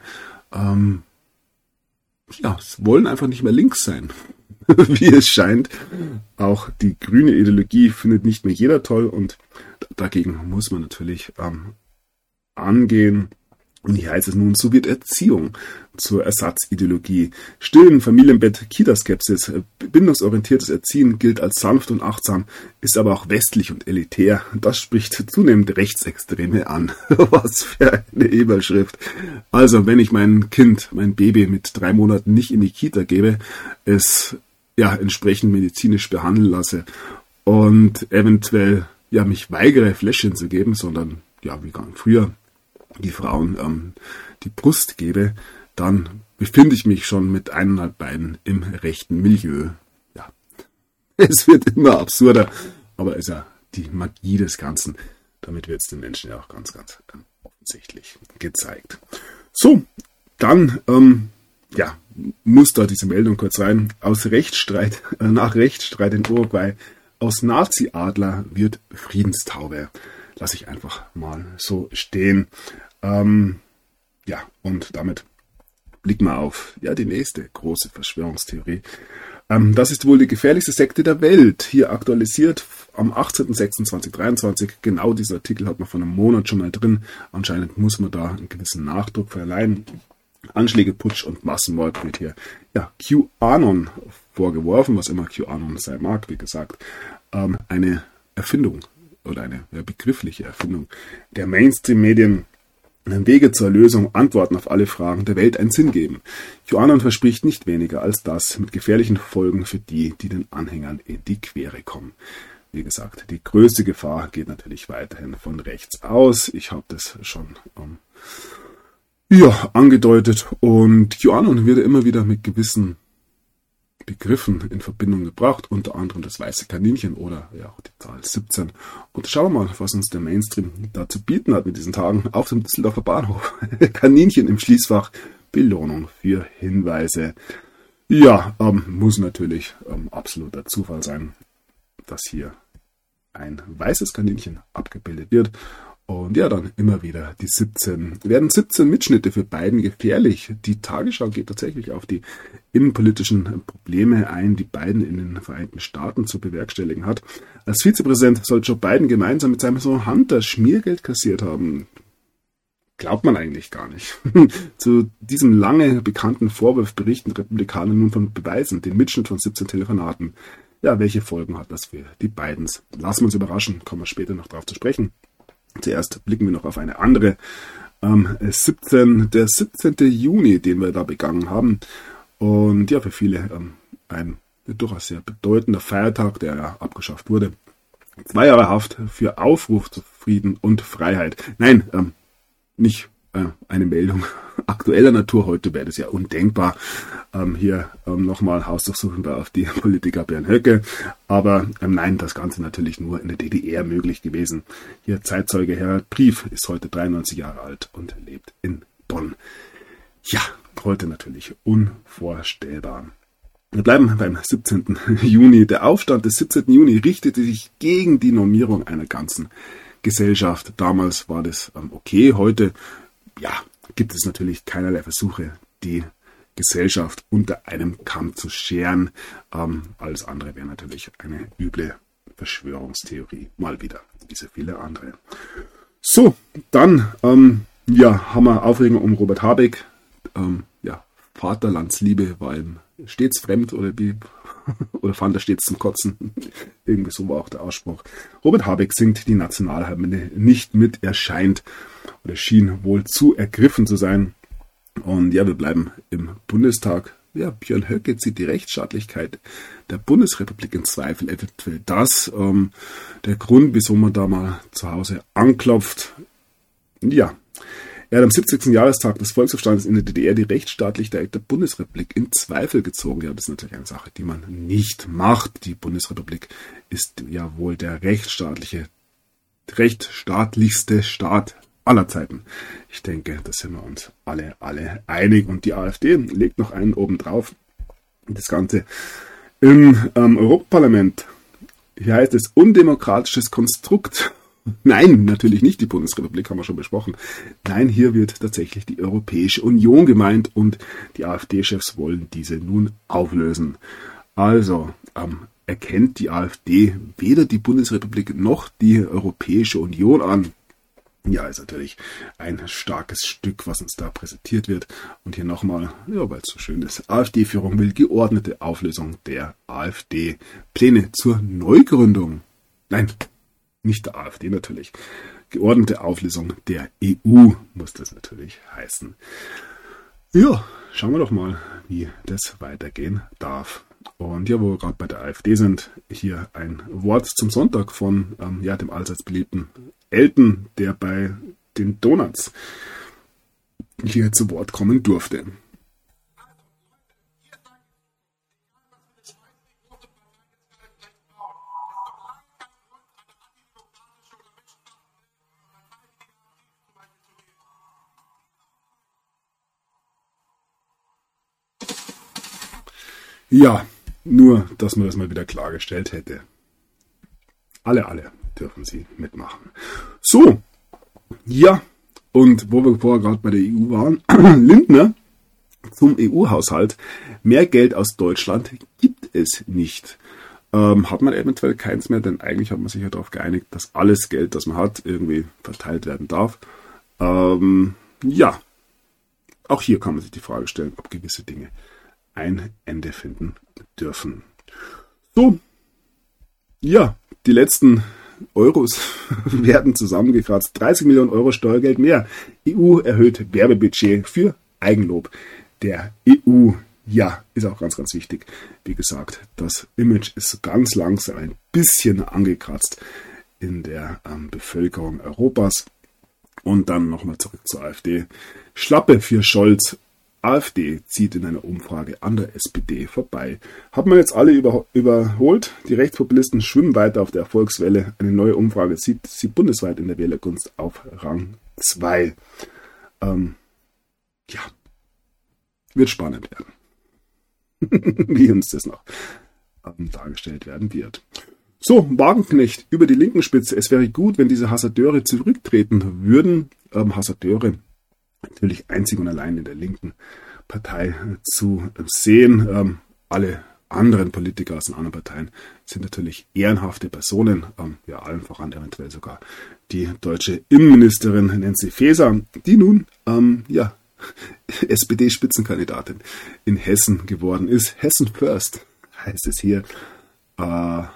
Speaker 1: wollen einfach nicht mehr links sein. Wie es scheint. Auch die grüne Ideologie findet nicht mehr jeder toll und dagegen muss man natürlich angehen. Und hier heißt es nun, so wird Erziehung zur Ersatzideologie. Stillen, Familienbett, Kita-Skepsis, bindungsorientiertes Erziehen gilt als sanft und achtsam, ist aber auch westlich und elitär. Das spricht zunehmend Rechtsextreme an. Was für eine Überschrift. Also, wenn ich mein Baby mit 3 Monaten nicht in die Kita gebe, es entsprechend medizinisch behandeln lasse und eventuell mich weigere, Fläschchen zu geben, sondern wie ganz früher die Frauen die Brust gebe, dann befinde ich mich schon mit 1,5 Beinen im rechten Milieu. Ja, es wird immer absurder, aber ist ja die Magie des Ganzen, Damit wird es den Menschen ja auch ganz, ganz offensichtlich gezeigt. So, dann muss da diese Meldung kurz rein. Nach Rechtsstreit in Uruguay, aus Nazi-Adler wird Friedenstaube. Lasse ich einfach mal so stehen. Und damit blicken wir auf die nächste große Verschwörungstheorie. Das ist wohl die gefährlichste Sekte der Welt. Hier aktualisiert am 18.06.2023. Genau dieser Artikel hat man vor einem Monat schon mal drin. Anscheinend muss man da einen gewissen Nachdruck verleihen. Anschläge, Putsch und Massenmord wird hier QAnon vorgeworfen, was immer QAnon sein mag. Wie gesagt, eine Erfindung oder eine begriffliche Erfindung der Mainstream-Medien. Wege zur Lösung, Antworten auf alle Fragen der Welt einen Sinn geben. QAnon verspricht nicht weniger als das, mit gefährlichen Folgen für die den Anhängern in die Quere kommen. Wie gesagt, die größte Gefahr geht natürlich weiterhin von rechts aus. Ich habe das schon angedeutet. Und QAnon wird immer wieder mit gewissen Begriffen in Verbindung gebracht, unter anderem das weiße Kaninchen oder auch die Zahl 17. Und schauen wir mal, was uns der Mainstream da zu bieten hat mit diesen Tagen auf dem Düsseldorfer Bahnhof. Kaninchen im Schließfach, Belohnung für Hinweise. Muss natürlich absoluter Zufall sein, dass hier ein weißes Kaninchen abgebildet wird. Und dann immer wieder die 17. Werden 17 Mitschnitte für Biden gefährlich? Die Tagesschau geht tatsächlich auf die innenpolitischen Probleme ein, die Biden in den Vereinigten Staaten zu bewerkstelligen hat. Als Vizepräsident soll Joe Biden gemeinsam mit seinem Sohn Hunter Schmiergeld kassiert haben. Glaubt man eigentlich gar nicht. Zu diesem lange bekannten Vorwurf berichten Republikaner nun von Beweisen, den Mitschnitt von 17 Telefonaten. Welche Folgen hat das für die Bidens? Lassen wir uns überraschen, kommen wir später noch drauf zu sprechen. Zuerst blicken wir noch auf eine andere. Der 17. Juni, den wir da begangen haben. Und für viele ein durchaus sehr bedeutender Feiertag, der abgeschafft wurde. 2 Jahre Haft für Aufruf zu Frieden und Freiheit. Nein, nicht eine Meldung aktueller Natur. Heute wäre das ja undenkbar. Hier nochmal Hausdurchsuchung bei AfD-Politiker Bernd Höcke. Aber nein, das Ganze natürlich nur in der DDR möglich gewesen. Hier Zeitzeuge Herr Brief ist heute 93 Jahre alt und lebt in Bonn. Heute natürlich unvorstellbar. Wir bleiben beim 17. Juni. Der Aufstand des 17. Juni richtete sich gegen die Normierung einer ganzen Gesellschaft. Damals war das okay. Heute gibt es natürlich keinerlei Versuche, die Gesellschaft unter einem Kamm zu scheren. Alles andere wäre natürlich eine üble Verschwörungstheorie. Mal wieder, wie so viele andere. So, dann haben wir Aufregung um Robert Habeck. Vaterlandsliebe war ihm stets fremd oder fand er stets zum Kotzen. Irgendwie so war auch der Ausspruch. Robert Habeck singt die Nationalhymne nicht mit. Er scheint oder schien wohl zu ergriffen zu sein. Und wir bleiben im Bundestag. Björn Höcke zieht die Rechtsstaatlichkeit der Bundesrepublik in Zweifel. Eventuell das der Grund, wieso man da mal zu Hause anklopft. Er hat am 70. Jahrestag des Volksaufstandes in der DDR die Rechtsstaatlichkeit der Bundesrepublik in Zweifel gezogen. Das ist natürlich eine Sache, die man nicht macht. Die Bundesrepublik ist ja wohl der rechtsstaatlichste Staat aller Zeiten. Ich denke, da sind wir uns alle einig. Und die AfD legt noch einen oben drauf. Das Ganze im Europaparlament. Hier heißt es undemokratisches Konstrukt. Nein, natürlich nicht die Bundesrepublik, haben wir schon besprochen. Nein, hier wird tatsächlich die Europäische Union gemeint und die AfD-Chefs wollen diese nun auflösen. Also erkennt die AfD weder die Bundesrepublik noch die Europäische Union an. Ist natürlich ein starkes Stück, was uns da präsentiert wird. Und hier nochmal, weil es so schön ist, AfD-Führung will geordnete Auflösung der AfD. Pläne zur Neugründung. Nein, nicht der AfD natürlich. Geordnete Auflösung der EU muss das natürlich heißen. Schauen wir doch mal, wie das weitergehen darf. Und wo wir gerade bei der AfD sind, hier ein Wort zum Sonntag von dem allseits beliebten Elton, der bei den Donuts hier zu Wort kommen durfte. Ja, nur, dass man das mal wieder klargestellt hätte. Alle dürfen sie mitmachen. So, ja, und wo wir vorher gerade bei der EU waren, Lindner zum EU-Haushalt. Mehr Geld aus Deutschland gibt es nicht. Hat man eventuell keins mehr, denn eigentlich hat man sich ja darauf geeinigt, dass alles Geld, das man hat, irgendwie verteilt werden darf. Ja, auch hier kann man sich die Frage stellen, ob gewisse Dinge ein Ende finden dürfen. So, ja, die letzten Euros werden zusammengekratzt. 30 Millionen Euro Steuergeld mehr. EU erhöht Werbebudget für Eigenlob der EU. Ja, ist auch ganz, ganz wichtig. Wie gesagt, das Image ist ganz langsam ein bisschen angekratzt in der Bevölkerung Europas. Und dann nochmal zurück zur AfD. Schlappe für Scholz. AfD zieht in einer Umfrage an der SPD vorbei. Hat man jetzt alle überholt? Die Rechtspopulisten schwimmen weiter auf der Erfolgswelle. Eine neue Umfrage sieht sie bundesweit in der Wählergunst auf Rang 2. Ja, wird spannend werden, wie uns das noch dargestellt werden wird. So, Wagenknecht über die linken Spitze. Es wäre gut, wenn diese Hasardeure zurücktreten würden. Hasardeure natürlich einzig und allein in der linken Partei zu sehen. Alle anderen Politiker aus den anderen Parteien sind natürlich ehrenhafte Personen, ja, allen voran eventuell sogar die deutsche Innenministerin Nancy Faeser, die nun, ja, SPD-Spitzenkandidatin in Hessen geworden ist. Hessen First heißt es hier. Ja,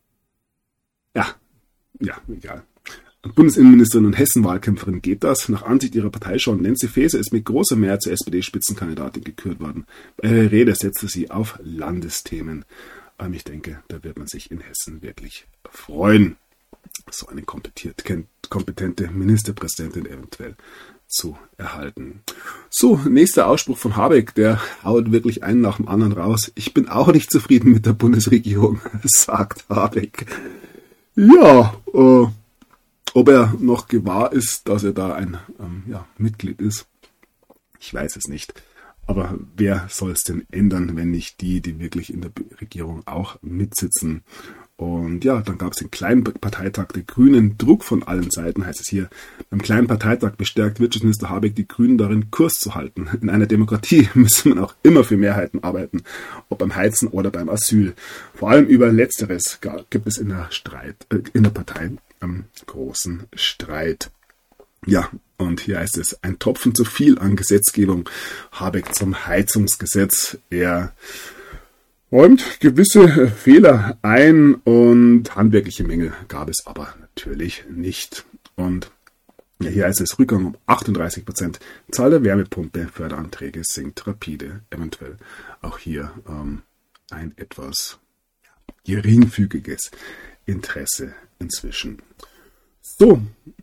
Speaker 1: egal. Bundesinnenministerin und Hessen-Wahlkämpferin geht das. Nach Ansicht ihrer Parteischau Nancy Faeser ist mit großer Mehrheit zur SPD-Spitzenkandidatin gekürt worden. Bei ihrer Rede setzte sie auf Landesthemen. Ich denke, da wird man sich in Hessen wirklich freuen, so eine kompetente Ministerpräsidentin eventuell zu erhalten. So, nächster Ausspruch von Habeck, der haut wirklich einen nach dem anderen raus. Ich bin auch nicht zufrieden mit der Bundesregierung, sagt Habeck. Ja, ob er noch gewahr ist, dass er da ein Mitglied ist, ich weiß es nicht. Aber wer soll es denn ändern, wenn nicht die wirklich in der Regierung auch mitsitzen? Und ja, dann gab es den kleinen Parteitag der Grünen. Druck von allen Seiten, heißt es hier. Beim kleinen Parteitag bestärkt Wirtschaftsminister Habeck die Grünen darin, Kurs zu halten. In einer Demokratie müsse man auch immer für Mehrheiten arbeiten, ob beim Heizen oder beim Asyl. Vor allem über Letzteres gibt es in der Partei großen Streit. Ja, und hier heißt es, ein Tropfen zu viel an Gesetzgebung. Habeck zum Heizungsgesetz. Er räumt gewisse Fehler ein und handwerkliche Mängel gab es aber natürlich nicht. Und ja, hier heißt es, Rückgang um 38%. Zahl der Wärmepumpe, Förderanträge sinkt rapide. Eventuell auch hier ein etwas geringfügiges Interesse inzwischen. So,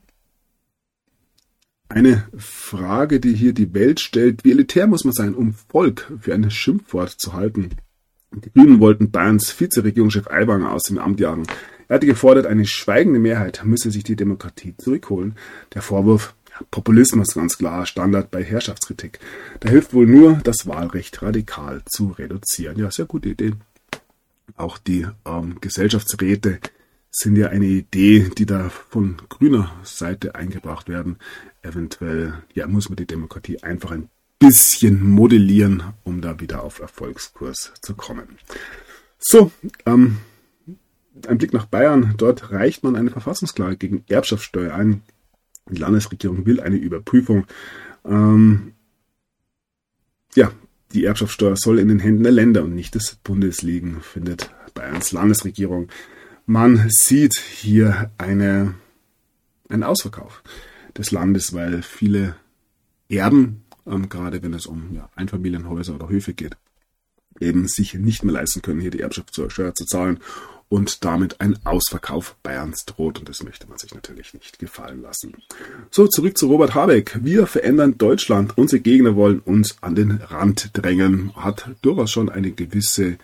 Speaker 1: eine Frage, die hier die Welt stellt. Wie elitär muss man sein, um Volk für ein Schimpfwort zu halten? Die Grünen wollten Bayerns Vizeregierungschef Aiwanger aus dem Amt jagen. Er hatte gefordert, eine schweigende Mehrheit müsse sich die Demokratie zurückholen. Der Vorwurf, Populismus, ganz klar, Standard bei Herrschaftskritik. Da hilft wohl nur, das Wahlrecht radikal zu reduzieren. Ja, sehr gute Idee. Auch die Gesellschaftsräte sind ja eine Idee, die da von grüner Seite eingebracht werden. Eventuell muss man die Demokratie einfach ein bisschen modellieren, um da wieder auf Erfolgskurs zu kommen. So, ein Blick nach Bayern. Dort reicht man eine Verfassungsklage gegen Erbschaftssteuer ein. Die Landesregierung will eine Überprüfung. Die Erbschaftssteuer soll in den Händen der Länder und nicht des Bundes liegen, findet Bayerns Landesregierung. Man sieht hier einen Ausverkauf des Landes, weil viele Erben, gerade wenn es um Einfamilienhäuser oder Höfe geht, eben sich nicht mehr leisten können, hier die Erbschaftssteuer zu zahlen und damit ein Ausverkauf Bayerns droht und das möchte man sich natürlich nicht gefallen lassen. So, zurück zu Robert Habeck. Wir verändern Deutschland. Unsere Gegner wollen uns an den Rand drängen. Hat durchaus schon eine gewisse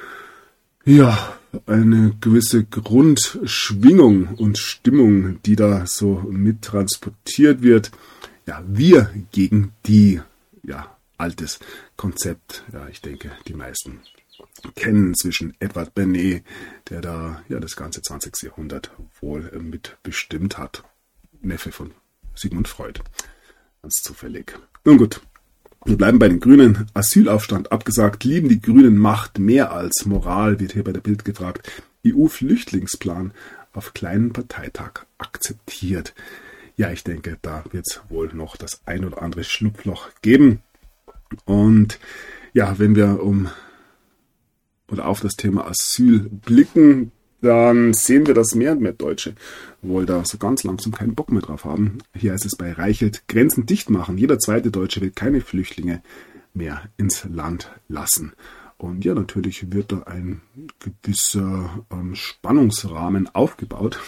Speaker 1: Grundschwingung und Stimmung, die da so mittransportiert wird. Ja, wir gegen die, altes Konzept. Ja, ich denke, die meisten kennen, zwischen Edward Bernays, der da ja das ganze 20. Jahrhundert wohl mitbestimmt hat. Neffe von Sigmund Freud. Ganz zufällig. Nun gut, wir bleiben bei den Grünen. Asylaufstand abgesagt. Lieben die Grünen Macht mehr als Moral, wird hier bei der Bild gefragt. EU-Flüchtlingsplan auf kleinen Parteitag akzeptiert. Ja, ich denke, da wird es wohl noch das ein oder andere Schlupfloch geben. Und ja, wenn wir auf das Thema Asyl blicken, dann sehen wir, dass mehr und mehr Deutsche wohl da so ganz langsam keinen Bock mehr drauf haben. Hier heißt es bei Reichelt, Grenzen dicht machen. Jeder zweite Deutsche will keine Flüchtlinge mehr ins Land lassen. Und ja, natürlich wird da ein gewisser Spannungsrahmen aufgebaut.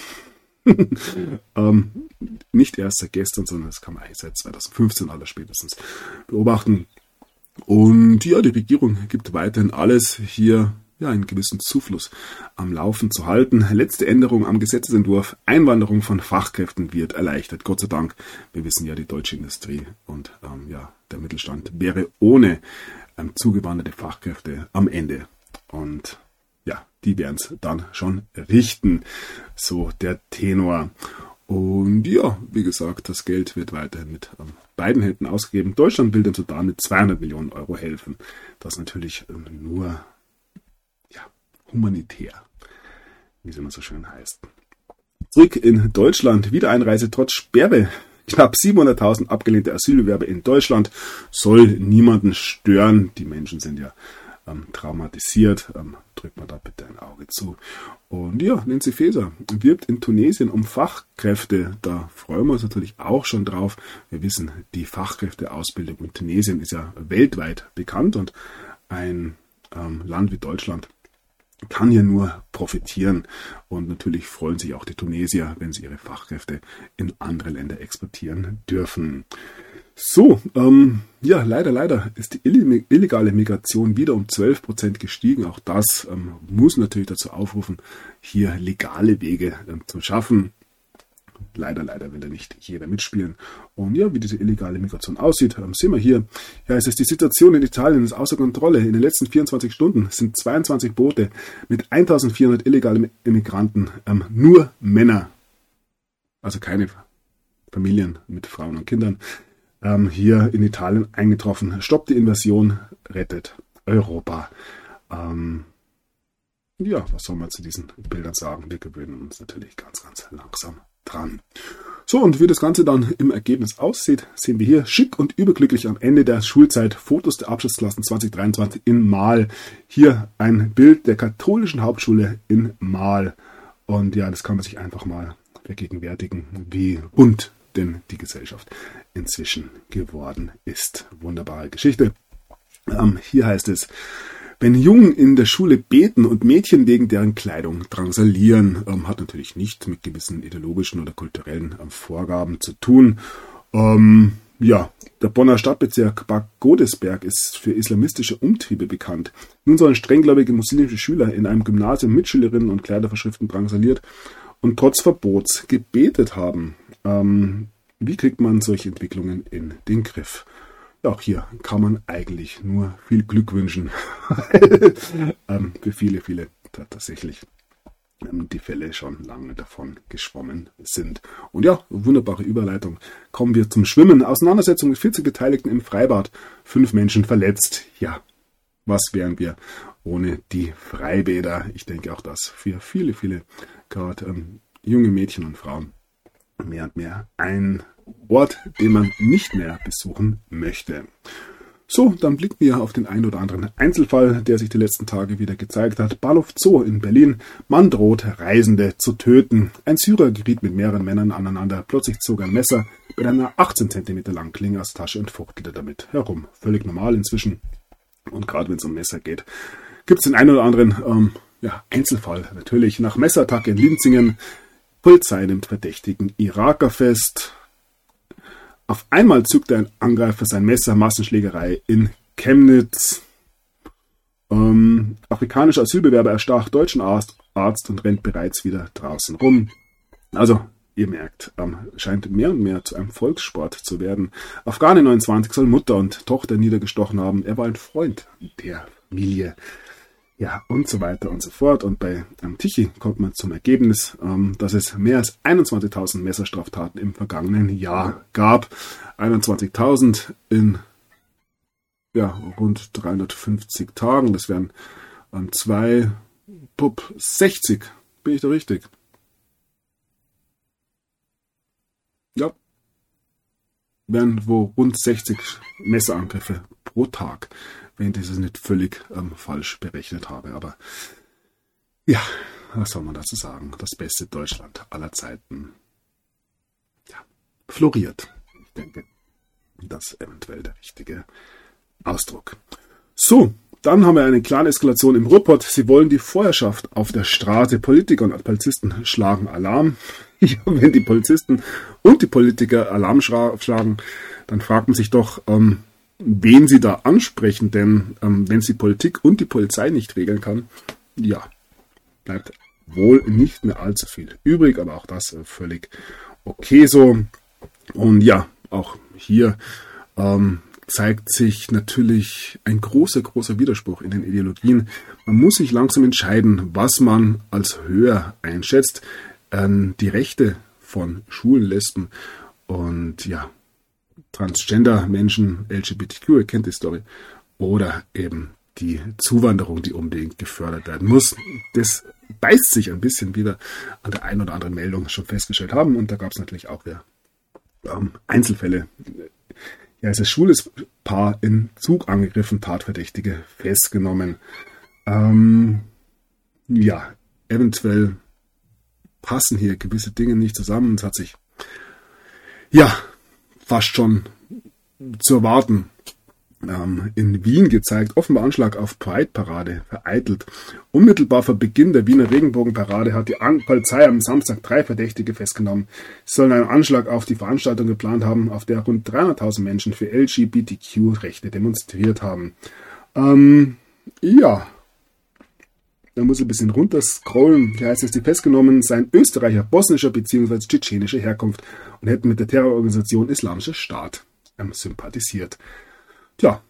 Speaker 1: Nicht erst seit gestern, sondern das kann man eigentlich seit 2015 allerspätestens beobachten. Und ja, die Regierung gibt weiterhin alles, hier einen gewissen Zufluss am Laufen zu halten. Letzte Änderung am Gesetzesentwurf. Einwanderung von Fachkräften wird erleichtert. Gott sei Dank. Wir wissen ja, die deutsche Industrie und der Mittelstand wäre ohne zugewanderte Fachkräfte am Ende. Und ja, die werden es dann schon richten. So der Tenor. Und ja, wie gesagt, das Geld wird weiterhin mit beiden Händen ausgegeben. Deutschland will dem Sudan mit 200 Millionen Euro helfen. Das natürlich nur humanitär, wie es immer so schön heißt. Zurück in Deutschland, Wiedereinreise trotz Sperre. Knapp 700.000 abgelehnte Asylbewerber in Deutschland soll niemanden stören. Die Menschen sind ja traumatisiert. Drückt man da bitte ein Auge zu. Und ja, Nancy Faeser wirbt in Tunesien um Fachkräfte. Da freuen wir uns natürlich auch schon drauf. Wir wissen, die Fachkräfteausbildung in Tunesien ist ja weltweit bekannt und ein Land wie Deutschland kann hier nur profitieren. Und natürlich freuen sich auch die Tunesier, wenn sie ihre Fachkräfte in andere Länder exportieren dürfen. So, leider ist die illegale Migration wieder um 12% gestiegen. Auch das muss natürlich dazu aufrufen, hier legale Wege zu schaffen. Leider will da nicht jeder mitspielen. Und ja, wie diese illegale Migration aussieht, sehen wir hier. Ja, es ist die Situation in Italien ist außer Kontrolle. In den letzten 24 Stunden sind 22 Boote mit 1400 illegalen Immigranten, nur Männer, also keine Familien mit Frauen und Kindern, hier in Italien eingetroffen. Stoppt die Invasion, rettet Europa. Was soll man zu diesen Bildern sagen? Wir gewöhnen uns natürlich ganz, ganz langsam dran. So, und wie das Ganze dann im Ergebnis aussieht, sehen wir hier schick und überglücklich am Ende der Schulzeit Fotos der Abschlussklassen 2023 in Marl. Hier ein Bild der katholischen Hauptschule in Marl. Und ja, das kann man sich einfach mal vergegenwärtigen, wie bunt denn die Gesellschaft inzwischen geworden ist. Wunderbare Geschichte. Hier heißt es, wenn Jungen in der Schule beten und Mädchen wegen deren Kleidung drangsalieren, hat natürlich nicht mit gewissen ideologischen oder kulturellen Vorgaben zu tun. Der Bonner Stadtbezirk Bad Godesberg ist für islamistische Umtriebe bekannt. Nun sollen strenggläubige muslimische Schüler in einem Gymnasium Mitschülerinnen und Kleidervorschriften drangsaliert und trotz Verbots gebetet haben. Wie kriegt man solche Entwicklungen in den Griff? Ja, auch hier kann man eigentlich nur viel Glück wünschen. Für viele tatsächlich die Fälle schon lange davon geschwommen sind. Und ja, wunderbare Überleitung. Kommen wir zum Schwimmen. Auseinandersetzung mit 40 Beteiligten im Freibad. 5 Menschen verletzt. Ja, was wären wir ohne die Freibäder? Ich denke auch, dass für viele gerade junge Mädchen und Frauen mehr und mehr ein Ort, den man nicht mehr besuchen möchte. So, dann blicken wir auf den einen oder anderen Einzelfall, der sich die letzten Tage wieder gezeigt hat. Bahnhof Zoo in Berlin. Mann droht, Reisende zu töten. Ein Syrer geriet mit mehreren Männern aneinander. Plötzlich zog ein Messer mit einer 18 cm langen Klinge aus der Tasche und fuchtelte damit herum. Völlig normal inzwischen. Und gerade wenn es um Messer geht, gibt es den einen oder anderen Einzelfall. Natürlich nach Messerattacke in Linzingen. Polizei nimmt verdächtigen Iraker fest. Auf einmal zückte ein Angreifer sein Messer, Massenschlägerei in Chemnitz. Afrikanischer Asylbewerber erstach deutschen Arzt und rennt bereits wieder draußen rum. Also, ihr merkt, scheint mehr und mehr zu einem Volkssport zu werden. Afghane 29 soll Mutter und Tochter niedergestochen haben. Er war ein Freund der Familie. Ja, und so weiter und so fort. Und bei Tichy kommt man zum Ergebnis, dass es mehr als 21.000 Messerstraftaten im vergangenen Jahr gab. 21.000 in rund 350 Tagen. Das wären 60. Bin ich da richtig? Ja. Wären wo rund 60 Messerangriffe pro Tag, wenn ich das nicht völlig falsch berechnet habe. Aber ja, was soll man dazu sagen? Das beste Deutschland aller Zeiten floriert. Ich denke, das ist eventuell der richtige Ausdruck. So, dann haben wir eine kleine Eskalation im Ruhrpott. Sie wollen die Vorherrschaft auf der Straße. Politiker und Polizisten schlagen Alarm. Ja, wenn die Polizisten und die Politiker Alarm schlagen, dann fragt man sich doch, wen sie da ansprechen. Denn wenn sie Politik und die Polizei nicht regeln kann, ja, bleibt wohl nicht mehr allzu viel übrig. Aber auch das völlig okay so. Und ja, auch hier zeigt sich natürlich ein großer Widerspruch in den Ideologien. Man muss sich langsam entscheiden, was man als höher einschätzt. Die Rechte von Schwulen, Lesben und Transgender-Menschen, LGBTQ, ihr kennt die Story, oder eben die Zuwanderung, die unbedingt gefördert werden muss. Das beißt sich ein bisschen wieder an der einen oder anderen Meldung schon festgestellt haben, und da gab es natürlich auch wieder Einzelfälle. Ja, es ist ein schwules Paar in Zug angegriffen, Tatverdächtige festgenommen. Eventuell passen hier gewisse Dinge nicht zusammen. Es hat sich fast schon zu erwarten in Wien gezeigt. Offenbar Anschlag auf Pride-Parade vereitelt. Unmittelbar vor Beginn der Wiener Regenbogenparade hat die Polizei am Samstag 3 Verdächtige festgenommen. Sie sollen einen Anschlag auf die Veranstaltung geplant haben, auf der rund 300.000 Menschen für LGBTQ-Rechte demonstriert haben. Da muss ein bisschen runterscrollen. Hier heißt es, die festgenommen seien Österreicher bosnischer bzw. tschetschenischer Herkunft und hätten mit der Terrororganisation Islamischer Staat sympathisiert. Tja,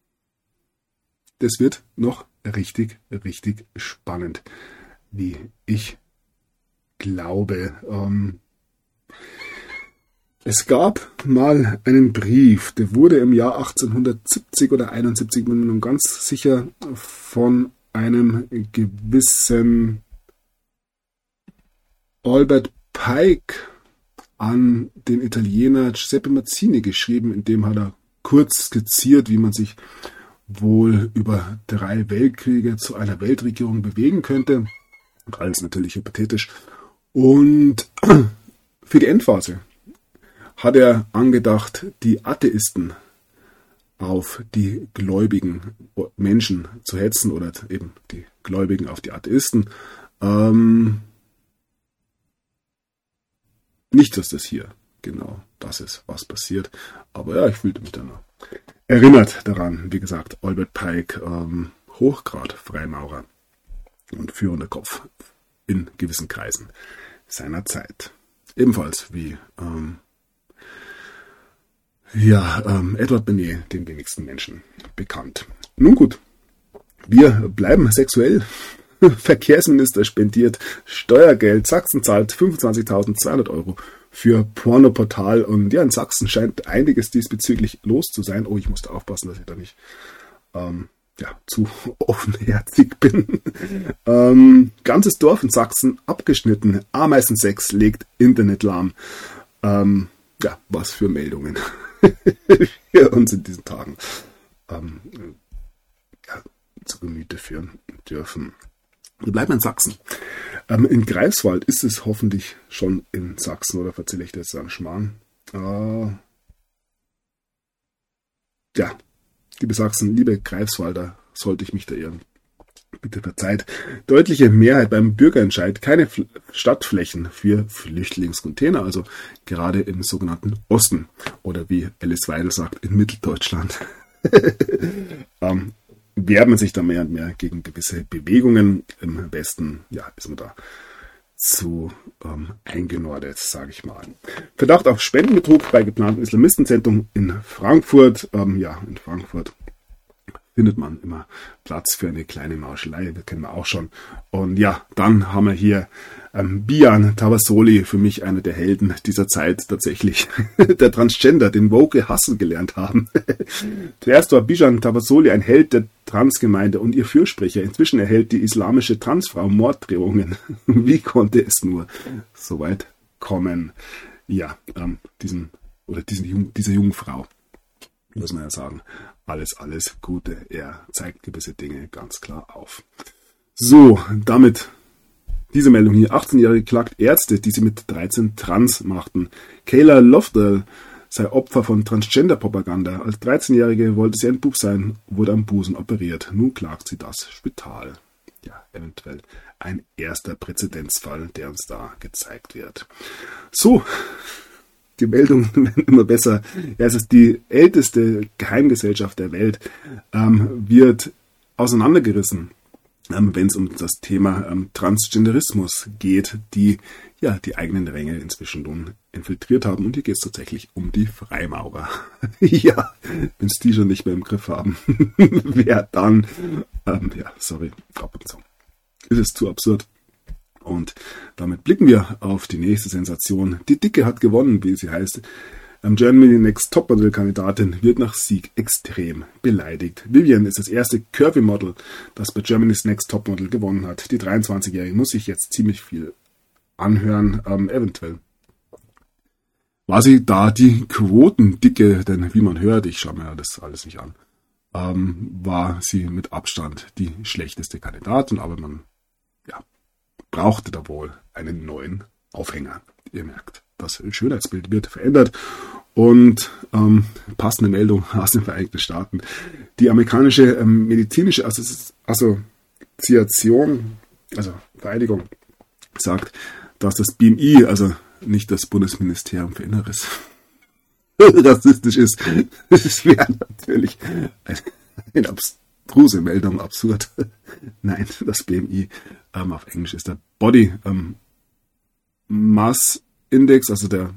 Speaker 1: das wird noch richtig spannend, wie ich glaube. Es gab mal einen Brief, der wurde im Jahr 1870 oder 71, bin mir nun ganz sicher, von einem gewissen Albert Pike an den Italiener Giuseppe Mazzini geschrieben, in dem hat er kurz skizziert, wie man sich wohl über 3 Weltkriege zu einer Weltregierung bewegen könnte. Alles natürlich hypothetisch. Und für die Endphase hat er angedacht, die Atheisten auf die gläubigen Menschen zu hetzen oder eben die Gläubigen auf die Atheisten. Nicht, dass das hier genau das ist, was passiert. Aber ja, ich fühlte mich dann erinnert daran. Wie gesagt, Albert Pike, Hochgrad Freimaurer und führender Kopf in gewissen Kreisen seiner Zeit. Ebenfalls wie Edward Bernays, den wenigsten Menschen bekannt. Nun gut, wir bleiben sexuell. Verkehrsminister spendiert Steuergeld. Sachsen zahlt 25.200 Euro für Pornoportal. Und ja, in Sachsen scheint einiges diesbezüglich los zu sein. Oh, ich musste aufpassen, dass ich da nicht zu offenherzig bin. Ganzes Dorf in Sachsen abgeschnitten. Ameisensex legt Internet lahm. Was für Meldungen wir uns in diesen Tagen zu Gemüte führen dürfen. Wir bleiben in Sachsen. In Greifswald ist es hoffentlich schon in Sachsen, oder verzähle ich das an Schmarrn? Liebe Sachsen, liebe Greifswalder, sollte ich mich da irren. Bitte verzeiht. Deutliche Mehrheit beim Bürgerentscheid. Keine Stadtflächen für Flüchtlingscontainer, also gerade im sogenannten Osten. Oder wie Alice Weidel sagt, in Mitteldeutschland. Wehrt man sich da mehr und mehr gegen gewisse Bewegungen. Im Westen, ist man da zu eingenordet, sage ich mal. Verdacht auf Spendenbetrug bei geplanten Islamistenzentrum in Frankfurt. In Frankfurt findet man immer Platz für eine kleine Mauschelei, das kennen wir auch schon. Und ja, dann haben wir hier Bijan Tavasoli, für mich einer der Helden dieser Zeit tatsächlich, der Transgender, den Woke hassen gelernt haben. Zuerst war Bijan Tavasoli ein Held der Transgemeinde und ihr Fürsprecher. Inzwischen erhält die islamische Transfrau Morddrohungen. Wie konnte es nur so weit kommen? Ja, dieser jungen Frau, muss man ja sagen, alles Gute. Er zeigt gewisse Dinge ganz klar auf. So, damit diese Meldung hier. 18-Jährige klagt Ärzte, die sie mit 13 trans machten. Kayla Lofdell sei Opfer von Transgender-Propaganda. Als 13-Jährige wollte sie ein Bub sein, wurde am Busen operiert. Nun klagt sie das Spital. Ja, eventuell ein erster Präzedenzfall, der uns da gezeigt wird. So, die Meldungen werden immer besser. Ja, es ist die älteste Geheimgesellschaft der Welt, wird auseinandergerissen, wenn es um das Thema Transgenderismus geht, die ja die eigenen Ränge inzwischen nun infiltriert haben. Und hier geht es tatsächlich um die Freimaurer. Ja, wenn es die schon nicht mehr im Griff haben, wer dann? Ab und zu ist es zu absurd. Und damit blicken wir auf die nächste Sensation. Die Dicke hat gewonnen, wie sie heißt. Germany Next Topmodel-Kandidatin wird nach Sieg extrem beleidigt. Vivian ist das erste Curvy-Model, das bei Germany's Next Topmodel gewonnen hat. Die 23-Jährige muss sich jetzt ziemlich viel anhören, eventuell. War sie da die Quotendicke, denn wie man hört, ich schaue mir das alles nicht an, war sie mit Abstand die schlechteste Kandidatin, aber man brauchte da wohl einen neuen Aufhänger. Ihr merkt, das Schönheitsbild wird verändert. Und passende Meldung aus den Vereinigten Staaten. Die amerikanische medizinische Assoziation, also Vereinigung, sagt, dass das BMI, also nicht das Bundesministerium für Inneres, rassistisch ist. Das wäre natürlich eine abstruse Meldung, absurd. Nein, das BMI auf Englisch ist der Body Mass Index, also der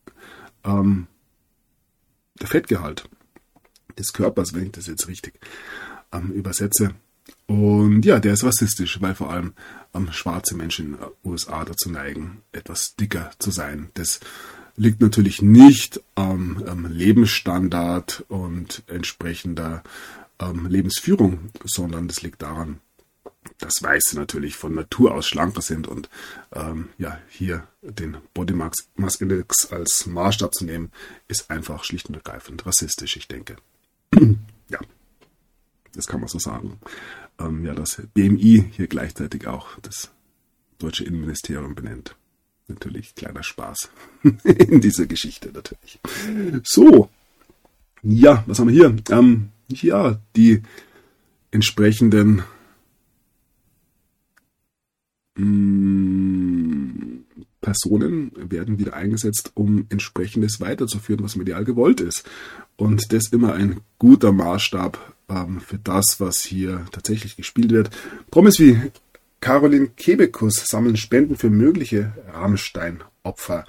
Speaker 1: Fettgehalt des Körpers, wenn ich das jetzt richtig übersetze. Und ja, der ist rassistisch, weil vor allem schwarze Menschen in den USA dazu neigen, etwas dicker zu sein. Das liegt natürlich nicht am Lebensstandard und entsprechender Lebensführung, sondern das liegt daran, dass Weiße natürlich von Natur aus schlanker sind und hier den Body Mass Index als Maßstab zu nehmen, ist einfach schlicht und ergreifend rassistisch, ich denke. Ja, das kann man so sagen. Das BMI hier gleichzeitig auch das deutsche Innenministerium benennt. Natürlich kleiner Spaß in dieser Geschichte natürlich. So, ja, was haben wir hier? Die entsprechenden Personen werden wieder eingesetzt, um entsprechendes weiterzuführen, was medial gewollt ist. Und das ist immer ein guter Maßstab für das, was hier tatsächlich gespielt wird. Promis wie Caroline Kebekus sammeln Spenden für mögliche Rammstein-Opfer.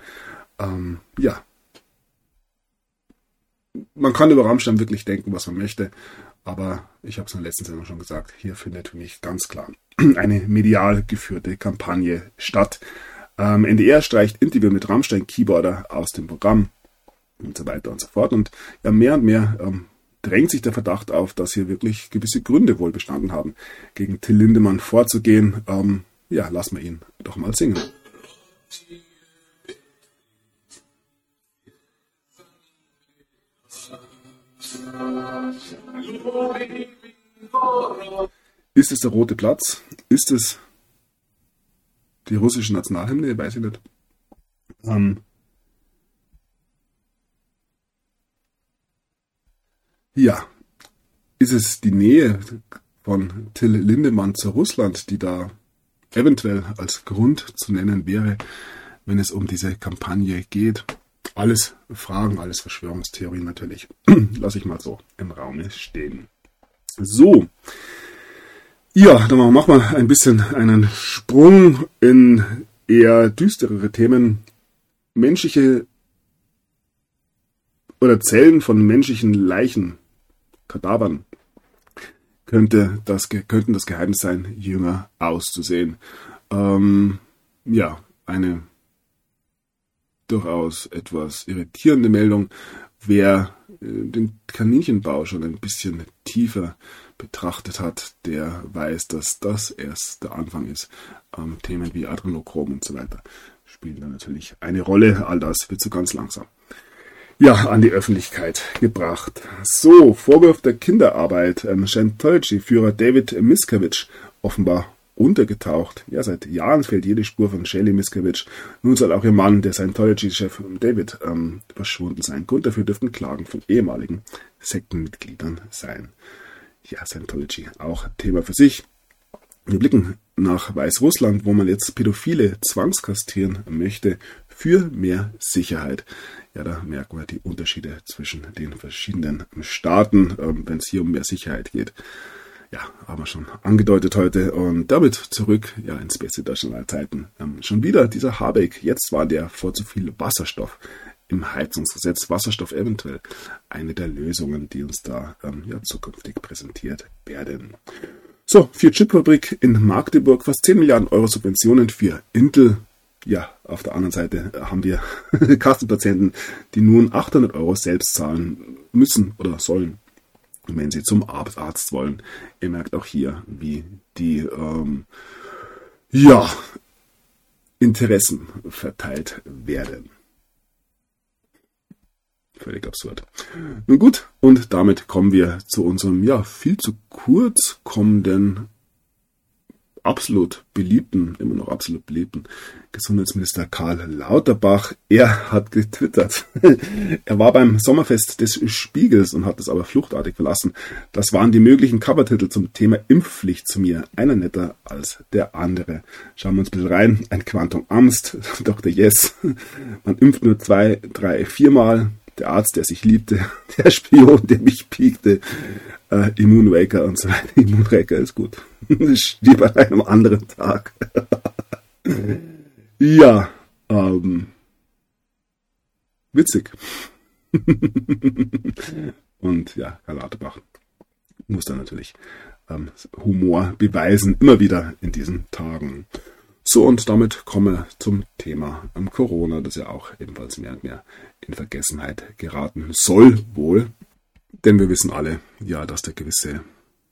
Speaker 1: Man kann über Rammstein wirklich denken, was man möchte, aber ich habe es in der letzten Sendung schon gesagt, hier findet für mich ganz klar eine medial geführte Kampagne statt. NDR streicht Interview mit Rammstein-Keyboarder aus dem Programm und so weiter und so fort. Und ja, mehr und mehr drängt sich der Verdacht auf, dass hier wirklich gewisse Gründe wohl bestanden haben, gegen Till Lindemann vorzugehen. Lassen wir ihn doch mal singen. Ist es der Rote Platz? Ist es die russische Nationalhymne? Weiß ich nicht. Ist es die Nähe von Till Lindemann zu Russland, die da eventuell als Grund zu nennen wäre, wenn es um diese Kampagne geht? Alles Fragen, alles Verschwörungstheorien natürlich. Lasse ich mal so im Raum stehen. So. Ja, dann machen wir ein bisschen einen Sprung in eher düsterere Themen. Menschliche oder Zellen von menschlichen Leichen, Kadavern, könnten das Geheimnis sein, jünger auszusehen. Eine durchaus etwas irritierende Meldung. Wer den Kaninchenbau schon ein bisschen tiefer betrachtet hat, der weiß, dass das erst der Anfang ist. Themen wie Adrenochrom und so weiter spielen da natürlich eine Rolle. All das wird so ganz langsam an die Öffentlichkeit gebracht. So, Vorwurf der Kinderarbeit. Scientology-Führer David Miscavige offenbar untergetaucht. Ja, seit Jahren fehlt jede Spur von Shelley Miscavige. Nun soll auch ihr Mann, der Scientology-Chef David, verschwunden sein. Grund dafür dürften Klagen von ehemaligen Sektenmitgliedern sein. Ja, Scientology, auch Thema für sich. Wir blicken nach Weißrussland, wo man jetzt Pädophile zwangskastrieren möchte für mehr Sicherheit. Ja, da merken wir die Unterschiede zwischen den verschiedenen Staaten, wenn es hier um mehr Sicherheit geht. Ja, haben wir schon angedeutet heute. Und damit zurück ins beste Deutschland aller Zeiten. Schon wieder dieser Habeck. Jetzt war der vor zu viel Wasserstoff im Heizungsgesetz. Wasserstoff eventuell eine der Lösungen, die uns da zukünftig präsentiert werden. So, 4-Chip-Fabrik in Magdeburg. Fast 10 Milliarden Euro Subventionen für Intel. Ja, auf der anderen Seite haben wir Kassenpatienten, die nun 800 Euro selbst zahlen müssen oder sollen, wenn sie zum Arzt wollen. Ihr merkt auch hier, wie die Interessen verteilt werden. Völlig absurd. Nun gut, und damit kommen wir zu unserem viel zu kurz kommenden, immer noch absolut beliebten Gesundheitsminister Karl Lauterbach. Er hat getwittert. Er war beim Sommerfest des Spiegels und hat es aber fluchtartig verlassen. Das waren die möglichen Covertitel zum Thema Impfpflicht zu mir. Einer netter als der andere. Schauen wir uns ein bisschen rein. Ein Quantum Angst. Dr. Yes. Man impft nur 2, 3, 4 Mal. Der Arzt, der sich liebte. Der Spion, der mich piekte. Immunwaker und so weiter. Immunwaker ist gut. Stieb an einem anderen Tag. Witzig. Und Karl Lauterbach muss dann natürlich Humor beweisen, immer wieder in diesen Tagen. So, und damit kommen wir zum Thema Corona, das ja auch ebenfalls mehr und mehr in Vergessenheit geraten soll wohl. Denn wir wissen alle, dass da gewisse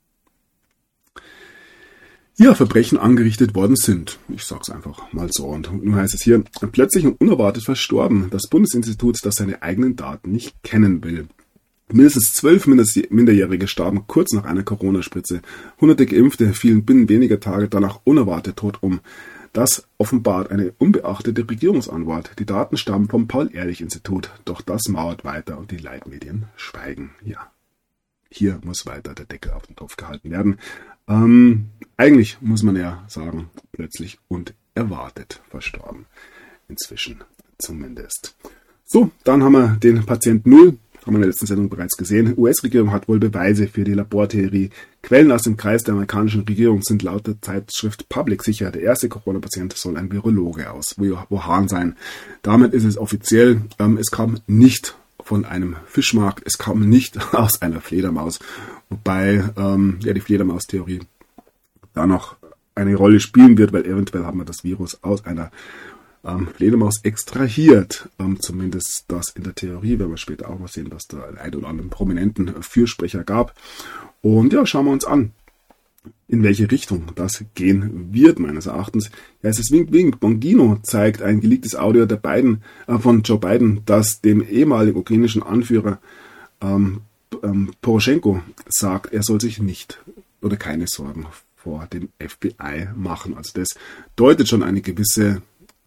Speaker 1: Verbrechen angerichtet worden sind. Ich sag's einfach mal so. Und nun heißt es hier, plötzlich und unerwartet verstorben. Das Bundesinstitut, das seine eigenen Daten nicht kennen will. Mindestens 12 Minderjährige starben kurz nach einer Corona-Spritze. Hunderte Geimpfte fielen binnen weniger Tage danach unerwartet tot um. Das offenbart eine unbeachtete Regierungsantwort. Die Daten stammen vom Paul-Ehrlich-Institut. Doch das mauert weiter und die Leitmedien schweigen. Ja, hier muss weiter der Deckel auf den Topf gehalten werden. Eigentlich muss man ja sagen, plötzlich und erwartet verstorben. Inzwischen zumindest. So, dann haben wir den Patient 0. Haben wir in der letzten Sendung bereits gesehen. US-Regierung hat wohl Beweise für die Labortheorie. Quellen aus dem Kreis der amerikanischen Regierung sind laut der Zeitschrift Public sicher. Der erste Corona-Patient soll ein Virologe aus Wuhan sein. Damit ist es offiziell. Es kam nicht von einem Fischmarkt. Es kam nicht aus einer Fledermaus. Wobei die Fledermaus-Theorie da noch eine Rolle spielen wird, weil eventuell haben wir das Virus aus einer Fledermaus extrahiert. Zumindest das in der Theorie, werden wir später auch mal sehen, dass da einen oder anderen prominenten Fürsprecher gab. Und schauen wir uns an, in welche Richtung das gehen wird, meines Erachtens. Es ist Wink Wink. Bongino zeigt ein geleaktes Audio von Joe Biden, das dem ehemaligen ukrainischen Anführer Poroschenko sagt, er soll sich nicht oder keine Sorgen vor dem FBI machen. Also das deutet schon eine gewisse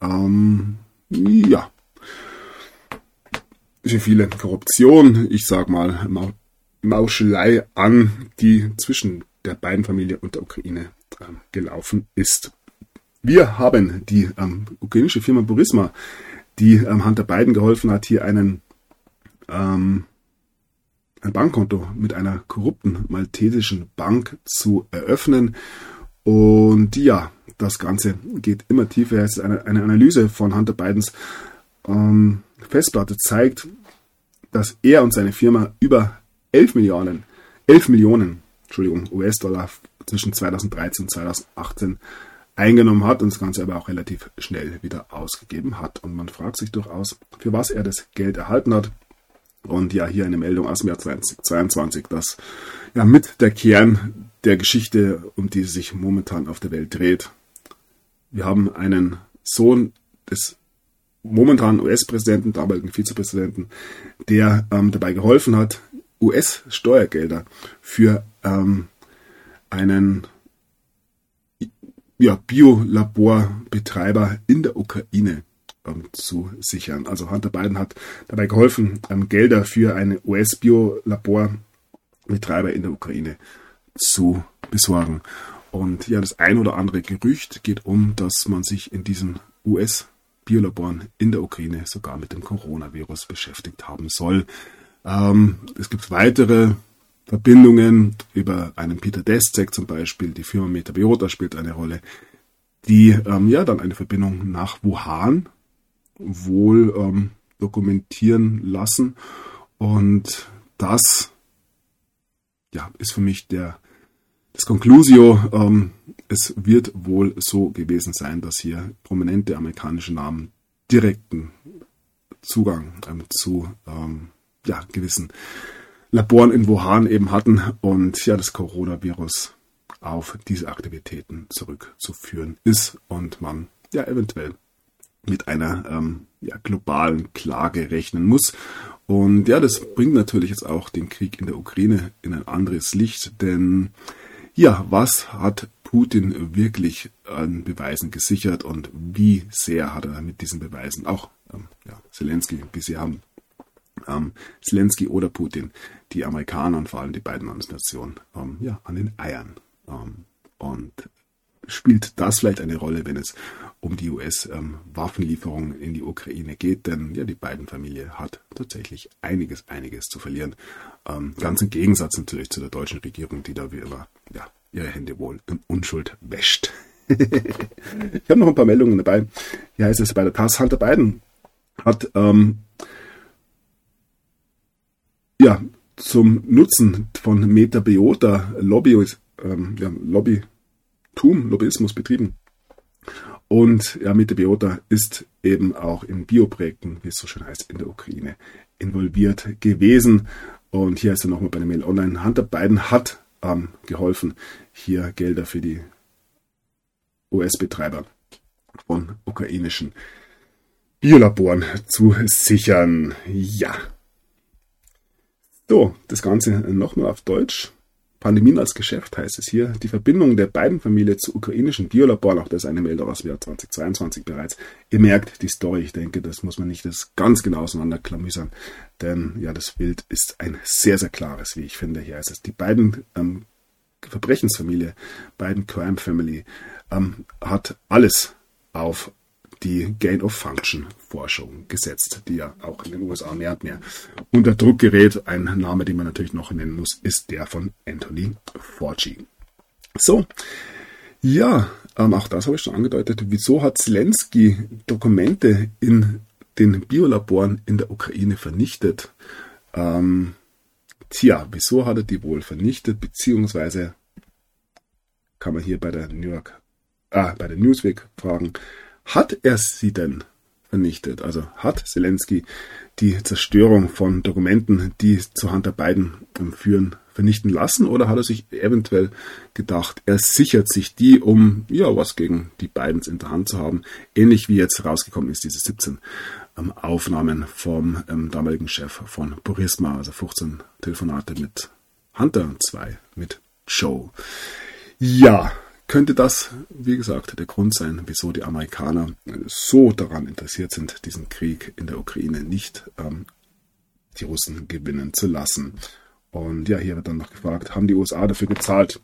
Speaker 1: für viele Korruption, ich sag mal Mauschelei an, die zwischen der beiden Familie und der Ukraine gelaufen ist. Wir haben die ukrainische Firma Burisma, die Hunter Biden geholfen hat, hier ein Bankkonto mit einer korrupten maltesischen Bank zu eröffnen. Und das Ganze geht immer tiefer. Es ist eine Analyse von Hunter Bidens Festplatte zeigt, dass er und seine Firma über 11 Millionen US-Dollar zwischen 2013 und 2018 eingenommen hat und das Ganze aber auch relativ schnell wieder ausgegeben hat. Und man fragt sich durchaus, für was er das Geld erhalten hat. Und ja, hier eine Meldung aus dem Jahr 2022, dass ja mit der Kern der Geschichte, um die sich momentan auf der Welt dreht. Wir haben einen Sohn des momentanen US-Präsidenten, damaligen Vizepräsidenten, der dabei geholfen hat, US-Steuergelder für einen Biolaborbetreiber in der Ukraine zu sichern. Also Hunter Biden hat dabei geholfen, Gelder für einen US-Biolaborbetreiber in der Ukraine zu besorgen. Und ja, das ein oder andere Gerücht geht dass man sich in diesen US-Biolaboren in der Ukraine sogar mit dem Coronavirus beschäftigt haben soll. Es gibt weitere Verbindungen über einen Peter Daszak zum Beispiel, die Firma Metabiota spielt eine Rolle, die dann eine Verbindung nach Wuhan wohl dokumentieren lassen. Und das ist für mich das Conclusio. Es wird wohl so gewesen sein, dass hier prominente amerikanische Namen direkten Zugang zu gewissen Laboren in Wuhan eben hatten und ja das Coronavirus auf diese Aktivitäten zurückzuführen ist und man eventuell mit einer globalen Klage rechnen muss. Und ja, das bringt natürlich jetzt auch den Krieg in der Ukraine in ein anderes Licht, denn was hat Putin wirklich an Beweisen gesichert und wie sehr hat er mit diesen Beweisen auch Zelensky, bisher haben Zelensky oder Putin, die Amerikaner und vor allem die beiden Nationen, an den Eiern. Und spielt das vielleicht eine Rolle, wenn es um die US-Waffenlieferungen in die Ukraine geht? Denn die Biden-Familie hat tatsächlich einiges zu verlieren. Ganz im Gegensatz natürlich zu der deutschen Regierung, die da wie immer ihre Hände wohl in Unschuld wäscht. Ich habe noch ein paar Meldungen dabei. Hier heißt es bei der TASS, Hunter Biden hat zum Nutzen von Metabiota Lobbyismus betrieben. Und Metabiota ist eben auch in Bioprojekten, wie es so schön heißt, in der Ukraine involviert gewesen. Und hier ist er nochmal bei der Mail Online. Hunter Biden hat geholfen, hier Gelder für die US-Betreiber von ukrainischen Biolaboren zu sichern. Ja. So, das Ganze nochmal auf Deutsch. Pandemien als Geschäft heißt es hier. Die Verbindung der Biden-Familie zu ukrainischen Biolaboren, auch das ist eine Meldung aus dem Jahr 2022 bereits. Ihr merkt die Story, ich denke, das muss man nicht ganz genau auseinanderklamüsern, denn das Bild ist ein sehr, sehr klares, wie ich finde. Hier heißt es, die beiden Verbrechensfamilie, Biden Crime Family, hat alles auf die Gain-of-Function-Forschung gesetzt, die ja auch in den USA mehr und mehr unter Druck gerät. Ein Name, den man natürlich noch nennen muss, ist der von Anthony Fauci. So, auch das habe ich schon angedeutet. Wieso hat Zelensky Dokumente in den Biolaboren in der Ukraine vernichtet? Wieso hat er die wohl vernichtet? Beziehungsweise kann man hier bei der Newsweek fragen, hat er sie denn vernichtet? Also hat Zelensky die Zerstörung von Dokumenten, die zu Hunter Biden führen, vernichten lassen? Oder hat er sich eventuell gedacht, er sichert sich die, um was gegen die Bidens in der Hand zu haben? Ähnlich wie jetzt rausgekommen ist, diese 17 Aufnahmen vom damaligen Chef von Burisma, also 15 Telefonate mit Hunter und 2 mit Joe. Könnte das, wie gesagt, der Grund sein, wieso die Amerikaner so daran interessiert sind, diesen Krieg in der Ukraine nicht die Russen gewinnen zu lassen. Und hier wird dann noch gefragt, haben die USA dafür gezahlt,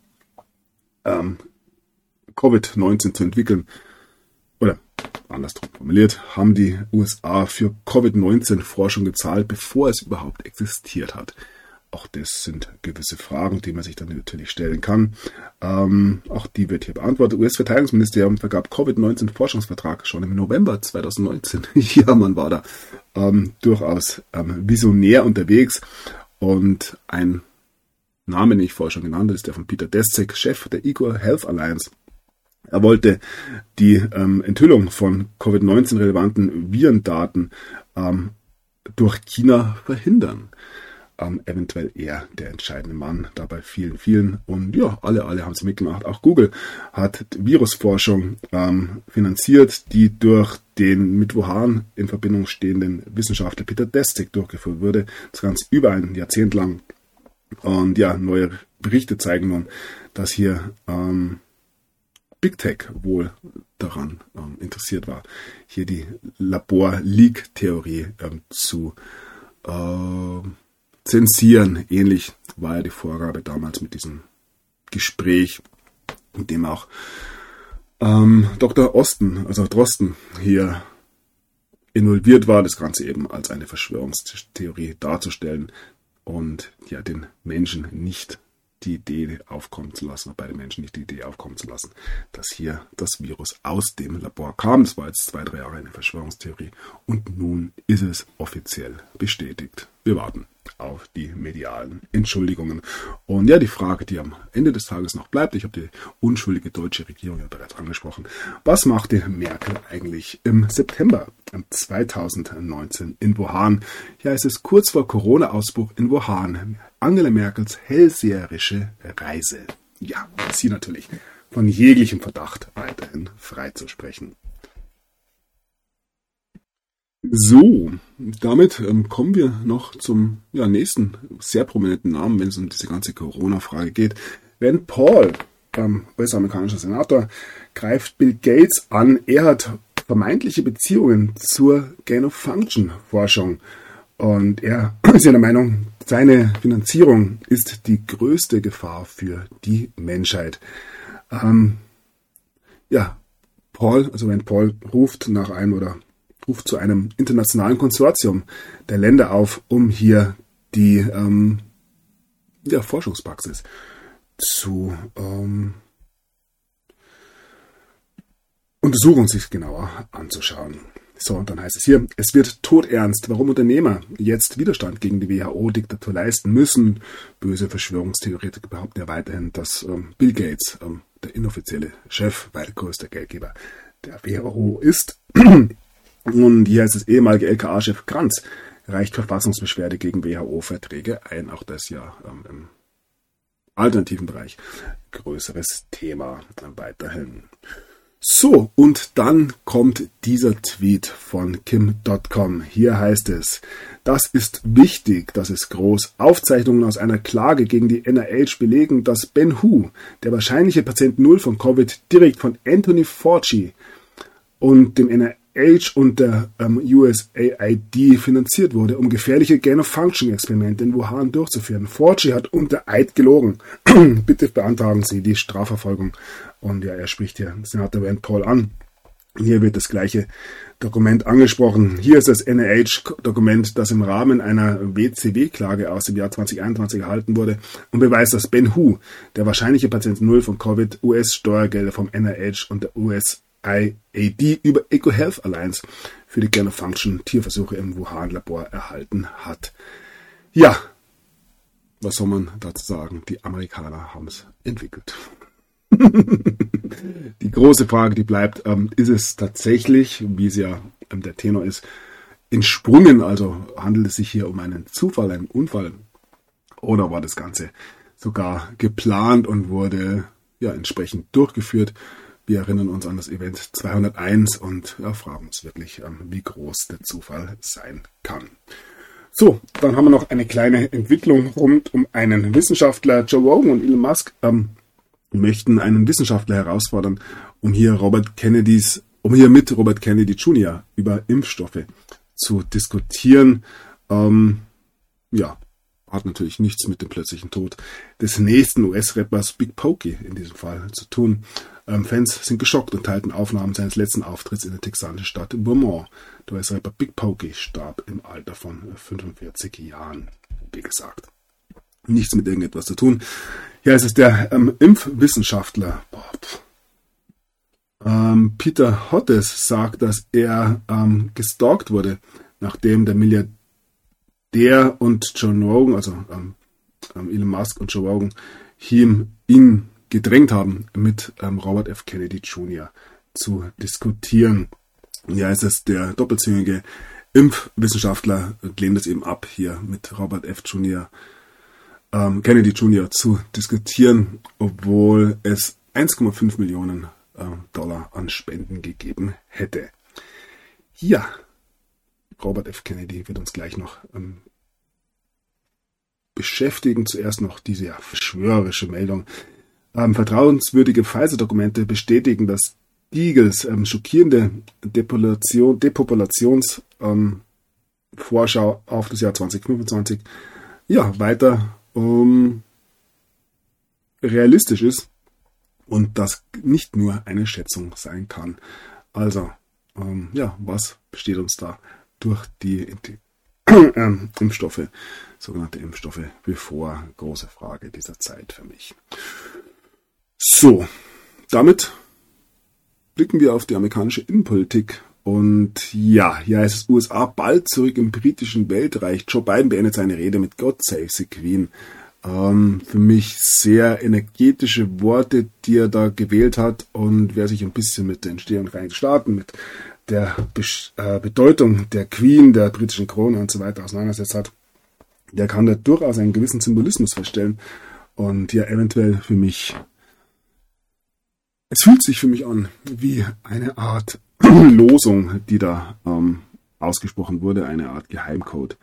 Speaker 1: Covid-19 zu entwickeln? Oder andersrum formuliert, haben die USA für Covid-19-Forschung gezahlt, bevor es überhaupt existiert hat? Auch das sind gewisse Fragen, die man sich dann natürlich stellen kann. Auch die wird hier beantwortet. US-Verteidigungsministerium vergab Covid-19-Forschungsvertrag schon im November 2019. Man war da durchaus visionär unterwegs. Und ein Name, den ich vorher schon genannt habe, ist der von Peter Daszak, Chef der EcoHealth Alliance. Er wollte die Enthüllung von Covid-19-relevanten Virendaten durch China verhindern. Eventuell er der entscheidende Mann, dabei vielen. Und ja, alle haben es mitgemacht. Auch Google hat Virusforschung finanziert, die durch den mit Wuhan in Verbindung stehenden Wissenschaftler Peter Daszak durchgeführt wurde. Das Ganze über ein Jahrzehnt lang. Und ja, neue Berichte zeigen nun, dass hier Big Tech wohl daran interessiert war, hier die Labor-Leak-Theorie zu zensieren. Ähnlich war ja die Vorgabe damals mit diesem Gespräch, in dem auch Dr. Drosten hier involviert war, das Ganze eben als eine Verschwörungstheorie darzustellen und ja den Menschen nicht die Idee aufkommen zu lassen, bei den Menschen nicht die Idee aufkommen zu lassen, dass hier das Virus aus dem Labor kam. Das war jetzt 2-3 Jahre eine Verschwörungstheorie und nun ist es offiziell bestätigt. Wir warten auf die medialen Entschuldigungen. Und ja, die Frage, die am Ende des Tages noch bleibt, ich habe die unschuldige deutsche Regierung ja bereits angesprochen, was machte Merkel eigentlich im September 2019 in Wuhan? Ja, es ist kurz vor Corona-Ausbruch in Wuhan. Angela Merkels hellseherische Reise. Ja, sie natürlich von jeglichem Verdacht weiterhin freizusprechen. So, damit kommen wir noch zum nächsten sehr prominenten Namen, wenn es um diese ganze Corona-Frage geht. Rand Paul, US-amerikanischer Senator, greift Bill Gates an. Er hat vermeintliche Beziehungen zur Gain-of-Function-Forschung. Und er ist ja der Meinung, seine Finanzierung ist die größte Gefahr für die Menschheit. Rand Paul ruft zu einem internationalen Konsortium der Länder auf, um hier die Forschungspraxis zu untersuchen, sich genauer anzuschauen. So, und dann heißt es hier, es wird todernst, warum Unternehmer jetzt Widerstand gegen die WHO-Diktatur leisten müssen. Böse Verschwörungstheoretiker behaupten ja weiterhin, dass Bill Gates der inoffizielle Chef, weil größter Geldgeber der WHO ist. Und hier ist es ehemalige LKA-Chef Kranz, reicht Verfassungsbeschwerde gegen WHO-Verträge ein. Auch das ja im alternativen Bereich größeres Thema weiterhin. So, und dann kommt dieser Tweet von Kim.com. Hier heißt es, das ist wichtig, das ist groß. Aufzeichnungen aus einer Klage gegen die NIH belegen, dass Ben Hu, der wahrscheinliche Patient Null von Covid, direkt von Anthony Fauci und dem NIH und der USAID finanziert wurde, um gefährliche Gain-of-Function-Experimente in Wuhan durchzuführen. Fauci hat unter Eid gelogen. Bitte beantragen Sie die Strafverfolgung. Und ja, er spricht hier Senator Rand Paul an. Hier wird das gleiche Dokument angesprochen. Hier ist das NIH-Dokument, das im Rahmen einer WCW-Klage aus dem Jahr 2021 erhalten wurde und beweist, dass Ben Hu, der wahrscheinliche Patient Null von Covid, US-Steuergelder vom NIH und der USAID über EcoHealth Alliance für die Gain-of-Function-Tierversuche im Wuhan-Labor erhalten hat. Ja, was soll man dazu sagen? Die Amerikaner haben es entwickelt. Die große Frage, die bleibt, ist es tatsächlich, wie es ja der Tenor ist, entsprungen, also handelt es sich hier um einen Zufall, einen Unfall, oder war das Ganze sogar geplant und wurde entsprechend durchgeführt? Wir erinnern uns an das Event 201 und fragen uns wirklich, wie groß der Zufall sein kann. So, dann haben wir noch eine kleine Entwicklung rund um einen Wissenschaftler. Joe Rogan und Elon Musk möchten einen Wissenschaftler herausfordern, um hier mit Robert Kennedy Jr. über Impfstoffe zu diskutieren. Hat natürlich nichts mit dem plötzlichen Tod des nächsten US-Rappers Big Pokey in diesem Fall zu tun. Fans sind geschockt und teilten Aufnahmen seines letzten Auftritts in der texanischen Stadt Beaumont. Der US-Rapper Big Pokey starb im Alter von 45 Jahren. Wie gesagt, nichts mit irgendetwas zu tun. Hier ist es der Impfwissenschaftler Peter Hotez sagt, dass er gestalkt wurde, nachdem der Milliardär und John Rogan, also Elon Musk und Joe Rogan ihn gedrängt haben, mit Robert F. Kennedy Jr. zu diskutieren. Ja, es ist der doppelzüngige Impfwissenschaftler, lehnt es eben ab, hier mit Robert F. Kennedy Jr. zu diskutieren, obwohl es 1,5 Millionen Dollar an Spenden gegeben hätte. Ja, Robert F. Kennedy wird uns gleich noch beschäftigen. Zuerst noch diese verschwörerische Meldung. Vertrauenswürdige Pfizer-Dokumente bestätigen, dass Eagles schockierende Depopulationsvorschau auf das Jahr 2025 weiter realistisch ist und das nicht nur eine Schätzung sein kann. Also, was besteht uns da durch die Impfstoffe, sogenannte Impfstoffe, bevor? Große Frage dieser Zeit für mich. So, damit blicken wir auf die amerikanische Innenpolitik. Und hier heißt es USA bald zurück im britischen Weltreich. Joe Biden beendet seine Rede mit God Save the Queen. Für mich sehr energetische Worte, die er da gewählt hat. Und wer sich ein bisschen mit der Entstehung der Vereinigten Staaten, mit der Bedeutung der Queen, der britischen Krone und so weiter auseinandergesetzt hat, der kann da durchaus einen gewissen Symbolismus feststellen. Und eventuell für mich, es fühlt sich für mich an wie eine Art Losung, die da ausgesprochen wurde, eine Art Geheimcode,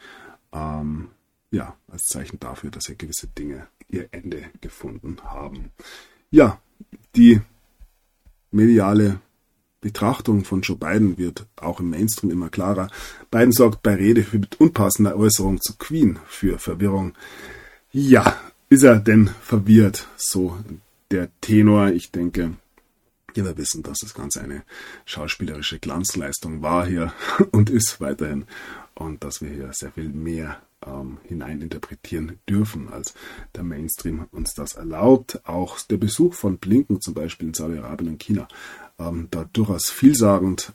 Speaker 1: als Zeichen dafür, dass hier gewisse Dinge ihr Ende gefunden haben. Ja, die mediale Betrachtung von Joe Biden wird auch im Mainstream immer klarer. Biden sorgt bei Rede mit unpassender Äußerung zu Queen für Verwirrung. Ja, ist er denn verwirrt? So der Tenor, ich denke. Wir wissen, dass das Ganze eine schauspielerische Glanzleistung war hier und ist weiterhin. Und dass wir hier sehr viel mehr hineininterpretieren dürfen, als der Mainstream uns das erlaubt. Auch der Besuch von Blinken zum Beispiel in Saudi-Arabien und China, da durchaus vielsagend.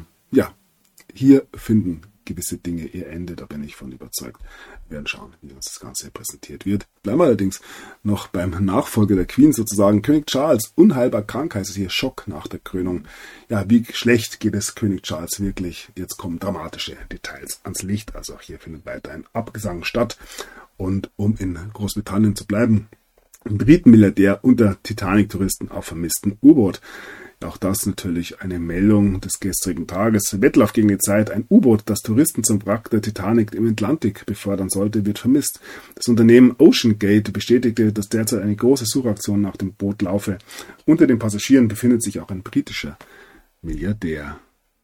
Speaker 1: Hier finden gewisse Dinge ihr Ende, da bin ich von überzeugt. Wir werden schauen, wie uns das Ganze präsentiert wird. Bleiben wir allerdings noch beim Nachfolger der Queen sozusagen. König Charles, unheilbar krank, heißt es hier, Schock nach der Krönung. Ja, wie schlecht geht es König Charles wirklich? Jetzt kommen dramatische Details ans Licht. Also auch hier findet weiter ein Abgesang statt. Und um in Großbritannien zu bleiben, ein Briten-Milliardär unter Titanic-Touristen auf vermissten U-Boot. Auch das natürlich eine Meldung des gestrigen Tages. Wettlauf gegen die Zeit. Ein U-Boot, das Touristen zum Wrack der Titanic im Atlantik befördern sollte, wird vermisst. Das Unternehmen OceanGate bestätigte, dass derzeit eine große Suchaktion nach dem Boot laufe. Unter den Passagieren befindet sich auch ein britischer Milliardär.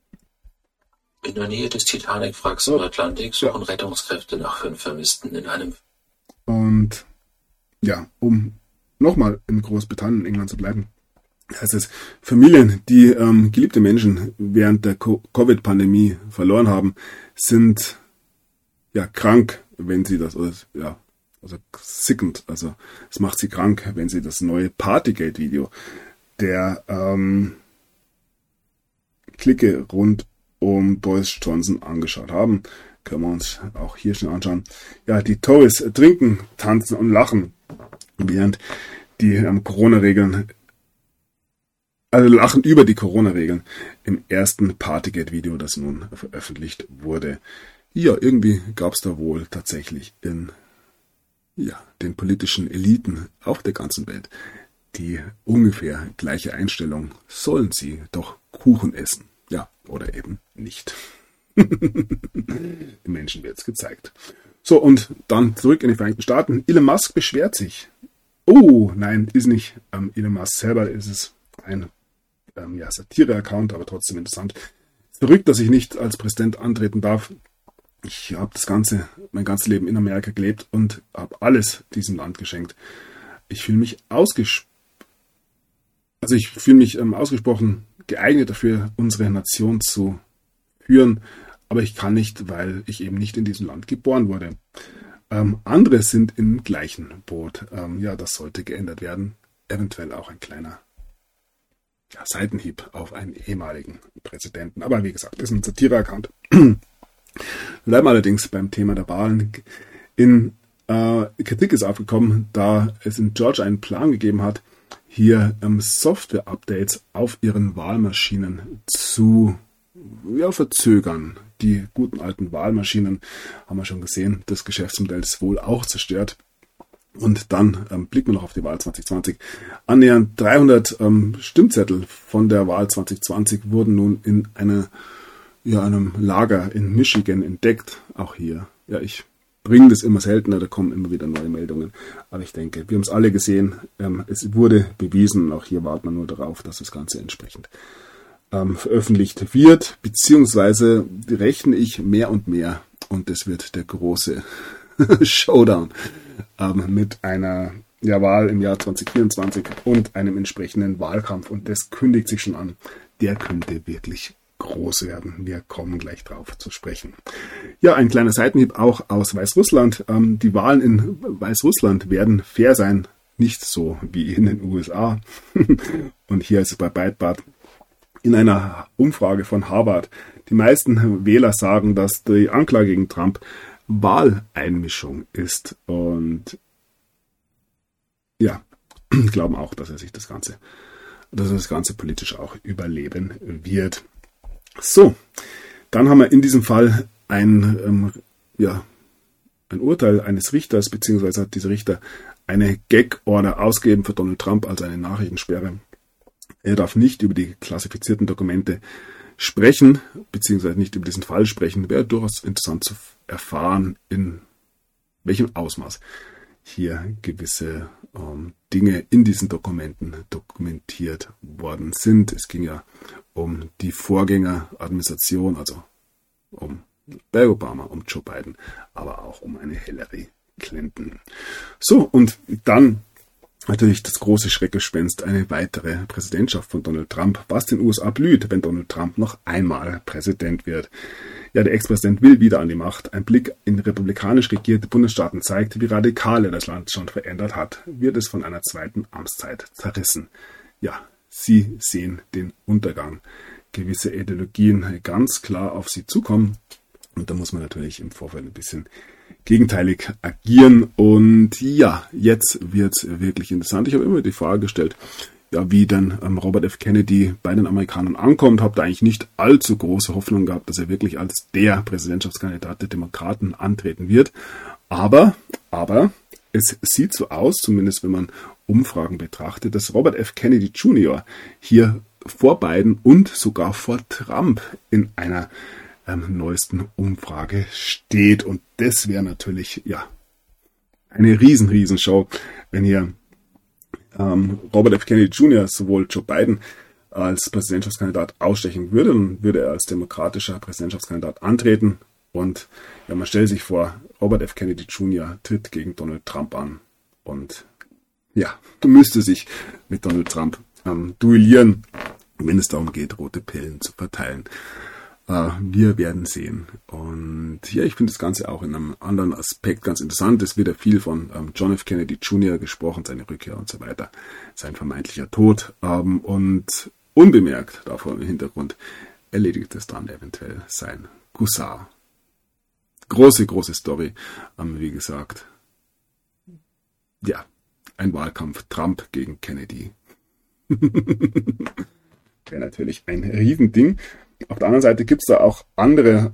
Speaker 2: In der Nähe des Titanic-Wracks im Atlantik suchen Rettungskräfte nach 5 Vermissten in einem...
Speaker 1: Und um nochmal in Großbritannien, England zu bleiben, heißt es, Familien, die geliebte Menschen während der Covid-Pandemie verloren haben, sind krank, wenn sie das, sickend, also es macht sie krank, wenn sie das neue Partygate-Video der Clique rund um Boris Johnson angeschaut haben. Können wir uns auch hier schon anschauen. Ja, die Tories trinken, tanzen und lachen, während die Corona-Regeln lachen über die Corona-Regeln im ersten Partygate-Video, das nun veröffentlicht wurde. Ja, irgendwie gab es da wohl tatsächlich in den politischen Eliten auf der ganzen Welt die ungefähr gleiche Einstellung. Sollen sie doch Kuchen essen? Ja, oder eben nicht. Den Menschen wird es gezeigt. So, und dann zurück in die Vereinigten Staaten. Elon Musk beschwert sich. Oh, nein, ist nicht Elon Musk selber, ist es ein Satire-Account, aber trotzdem interessant. Verrückt, dass ich nicht als Präsident antreten darf. Ich habe mein ganzes Leben in Amerika gelebt und habe alles diesem Land geschenkt. Ich fühle mich ausgesprochen geeignet dafür, unsere Nation zu führen, aber ich kann nicht, weil ich eben nicht in diesem Land geboren wurde. Andere sind im gleichen Boot. Das sollte geändert werden. Eventuell auch ein kleiner Seitenhieb auf einen ehemaligen Präsidenten. Aber wie gesagt, das ist ein Satire-Account. Wir bleiben allerdings beim Thema der Wahlen. In Kritik ist aufgekommen, da es in Georgia einen Plan gegeben hat, hier Software-Updates auf ihren Wahlmaschinen zu verzögern. Die guten alten Wahlmaschinen, haben wir schon gesehen, das Geschäftsmodell ist wohl auch zerstört. Und dann blicken wir noch auf die Wahl 2020. Annähernd 300 Stimmzettel von der Wahl 2020 wurden nun in einem Lager in Michigan entdeckt. Auch hier. Ja, ich bringe das immer seltener, da kommen immer wieder neue Meldungen. Aber ich denke, wir haben es alle gesehen. Es wurde bewiesen. Auch hier warten wir nur darauf, dass das Ganze entsprechend veröffentlicht wird. Beziehungsweise rechne ich mehr und mehr. Und das wird der große Showdown mit einer Wahl im Jahr 2024 und einem entsprechenden Wahlkampf. Und das kündigt sich schon an. Der könnte wirklich groß werden. Wir kommen gleich drauf zu sprechen. Ja, ein kleiner Seitenhieb auch aus Weißrussland. Die Wahlen in Weißrussland werden fair sein. Nicht so wie in den USA. Und hier ist es bei Breitbart in einer Umfrage von Harvard. Die meisten Wähler sagen, dass die Anklage gegen Trump Wahleinmischung ist und glauben auch, dass er das Ganze politisch auch überleben wird. So, dann haben wir in diesem Fall ein Urteil eines Richters, beziehungsweise hat dieser Richter eine Gag-Order ausgegeben für Donald Trump, also eine Nachrichtensperre. Er darf nicht über die klassifizierten Dokumente sprechen, beziehungsweise nicht über diesen Fall sprechen. Wäre durchaus interessant zu erfahren, in welchem Ausmaß hier gewisse Dinge in diesen Dokumenten dokumentiert worden sind. Es ging ja um die Vorgängeradministration, also um Barack Obama, um Joe Biden, aber auch um eine Hillary Clinton. So, und dann natürlich das große Schreckgespenst, eine weitere Präsidentschaft von Donald Trump, was den USA blüht, wenn Donald Trump noch einmal Präsident wird. Ja, der Ex-Präsident will wieder an die Macht. Ein Blick in republikanisch regierte Bundesstaaten zeigt, wie radikal er das Land schon verändert hat. Wird es von einer zweiten Amtszeit zerrissen? Ja, Sie sehen den Untergang. Gewisse Ideologien ganz klar auf Sie zukommen. Und da muss man natürlich im Vorfeld ein bisschen gegenteilig agieren. Und ja, jetzt wird es wirklich interessant. Ich habe immer die Frage gestellt, wie dann Robert F. Kennedy bei den Amerikanern ankommt. Habe da eigentlich nicht allzu große Hoffnung gehabt, dass er wirklich als der Präsidentschaftskandidat der Demokraten antreten wird. Aber es sieht so aus, zumindest wenn man Umfragen betrachtet, dass Robert F. Kennedy Jr. hier vor Biden und sogar vor Trump in einer neuesten Umfrage steht. Und das wäre natürlich eine Riesenshow, wenn hier Robert F. Kennedy Jr. sowohl Joe Biden als Präsidentschaftskandidat ausstechen würde, dann würde er als demokratischer Präsidentschaftskandidat antreten. Und man stellt sich vor, Robert F. Kennedy Jr. tritt gegen Donald Trump an und müsste sich mit Donald Trump duellieren, wenn es darum geht, rote Pillen zu verteilen. Wir werden sehen. Und ich finde das Ganze auch in einem anderen Aspekt ganz interessant. Es wird ja viel von John F. Kennedy Jr. gesprochen, seine Rückkehr und so weiter, sein vermeintlicher Tod. Und unbemerkt davor im Hintergrund erledigt es dann eventuell sein Cousin. Große Story. Wie gesagt, ein Wahlkampf Trump gegen Kennedy. Wäre natürlich ein Riesending. Auf der anderen Seite gibt es da auch andere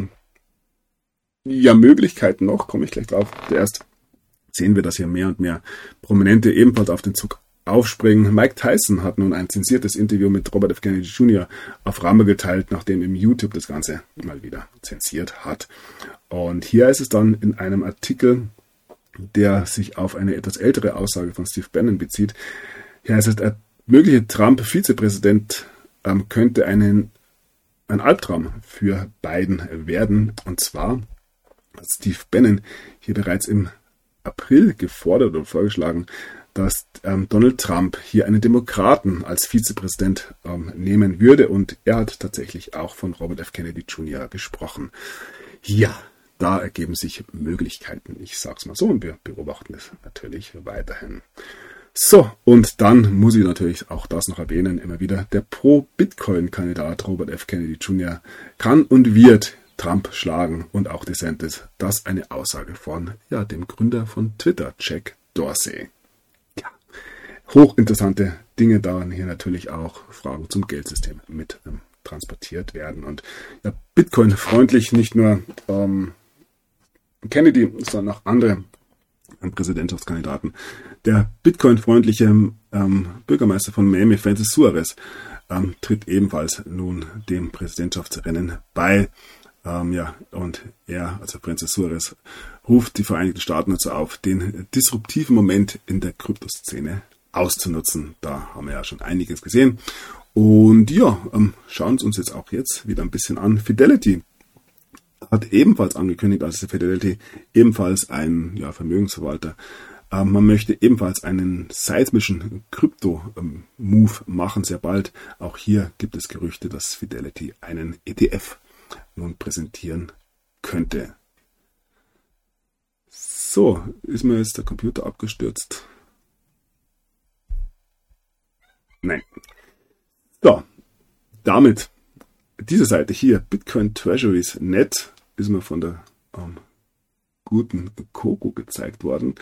Speaker 1: Möglichkeiten noch, komme ich gleich drauf. Zuerst sehen wir, dass hier mehr und mehr Prominente ebenfalls auf den Zug aufspringen. Mike Tyson hat nun ein zensiertes Interview mit Robert F. Kennedy Jr. auf Ramme geteilt, nachdem ihm YouTube das Ganze mal wieder zensiert hat. Und hier ist es dann in einem Artikel, der sich auf eine etwas ältere Aussage von Steve Bannon bezieht. Hier heißt es, der mögliche Trump-Vizepräsident könnte ein Albtraum für Biden werden. Und zwar hat Steve Bannon hier bereits im April gefordert oder vorgeschlagen, dass Donald Trump hier einen Demokraten als Vizepräsident nehmen würde. Und er hat tatsächlich auch von Robert F. Kennedy Jr. gesprochen. Ja, da ergeben sich Möglichkeiten. Ich sag's mal so und wir beobachten es natürlich weiterhin. So, und dann muss ich natürlich auch das noch erwähnen, immer wieder, der Pro-Bitcoin-Kandidat Robert F. Kennedy Jr. kann und wird Trump schlagen und auch DeSantis. Das ist eine Aussage von dem Gründer von Twitter, Jack Dorsey. Ja, hochinteressante Dinge, daran hier natürlich auch Fragen zum Geldsystem mit transportiert werden. Und Bitcoin-freundlich nicht nur Kennedy, sondern auch andere Präsidentschaftskandidaten. Der Bitcoin-freundliche Bürgermeister von Miami, Francis Suarez, tritt ebenfalls nun dem Präsidentschaftsrennen bei. Und er, also Francis Suarez, ruft die Vereinigten Staaten dazu auf, den disruptiven Moment in der Kryptoszene auszunutzen. Da haben wir ja schon einiges gesehen. Und schauen wir uns jetzt auch wieder ein bisschen an. Fidelity hat ebenfalls angekündigt, also Fidelity ebenfalls ein Vermögensverwalter. Man möchte ebenfalls einen seismischen Krypto-Move machen, sehr bald. Auch hier gibt es Gerüchte, dass Fidelity einen ETF nun präsentieren könnte. So, ist mir jetzt der Computer abgestürzt? Nein. So, damit diese Seite hier, Bitcoin Treasuries Net, ist mir von der guten Coco gezeigt worden.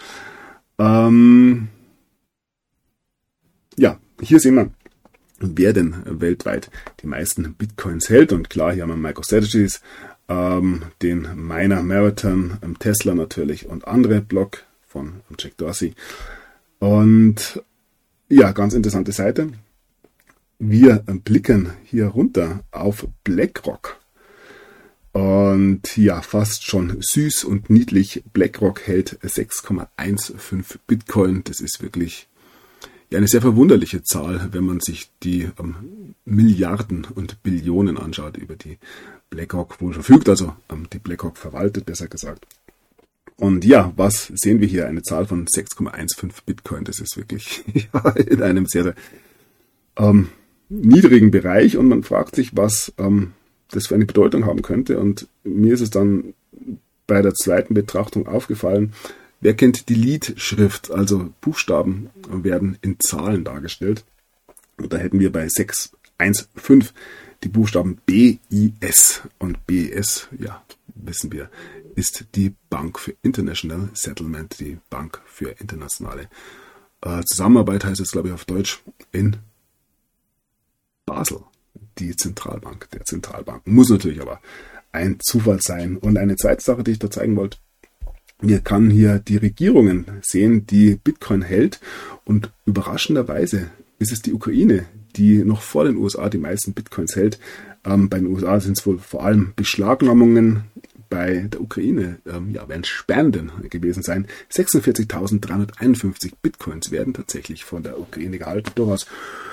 Speaker 1: Hier sehen wir, wer denn weltweit die meisten Bitcoins hält. Und klar, hier haben wir MicroStrategies, den Miner Marathon, Tesla natürlich und andere Block von Jack Dorsey. Und ganz interessante Seite. Wir blicken hier runter auf BlackRock. Und fast schon süß und niedlich. BlackRock hält 6,15 Bitcoin. Das ist wirklich eine sehr verwunderliche Zahl, wenn man sich die Milliarden und Billionen anschaut, über die BlackRock wohl verfügt. Also die BlackRock verwaltet, besser gesagt. Und was sehen wir hier? Eine Zahl von 6,15 Bitcoin. Das ist wirklich in einem sehr, sehr niedrigen Bereich. Und man fragt sich, was das für eine Bedeutung haben könnte. Und mir ist es dann bei der zweiten Betrachtung aufgefallen, wer kennt die Lead-Schrift? Also Buchstaben werden in Zahlen dargestellt. Und da hätten wir bei 615 die Buchstaben BIS. Und BIS, wissen wir, ist die Bank für International Settlement, die Bank für internationale Zusammenarbeit, heißt es, glaube ich, auf Deutsch, in Basel. Die Zentralbank der Zentralbanken. Muss natürlich aber ein Zufall sein. Und eine zweite Sache, die ich da zeigen wollte, wir können hier die Regierungen sehen, die Bitcoin hält. Und überraschenderweise ist es die Ukraine, die noch vor den USA die meisten Bitcoins hält. Bei den USA sind es wohl vor allem Beschlagnahmungen. Bei der Ukraine werden Spenden gewesen sein. 46.351 Bitcoins werden tatsächlich von der Ukraine gehalten. Durchaus,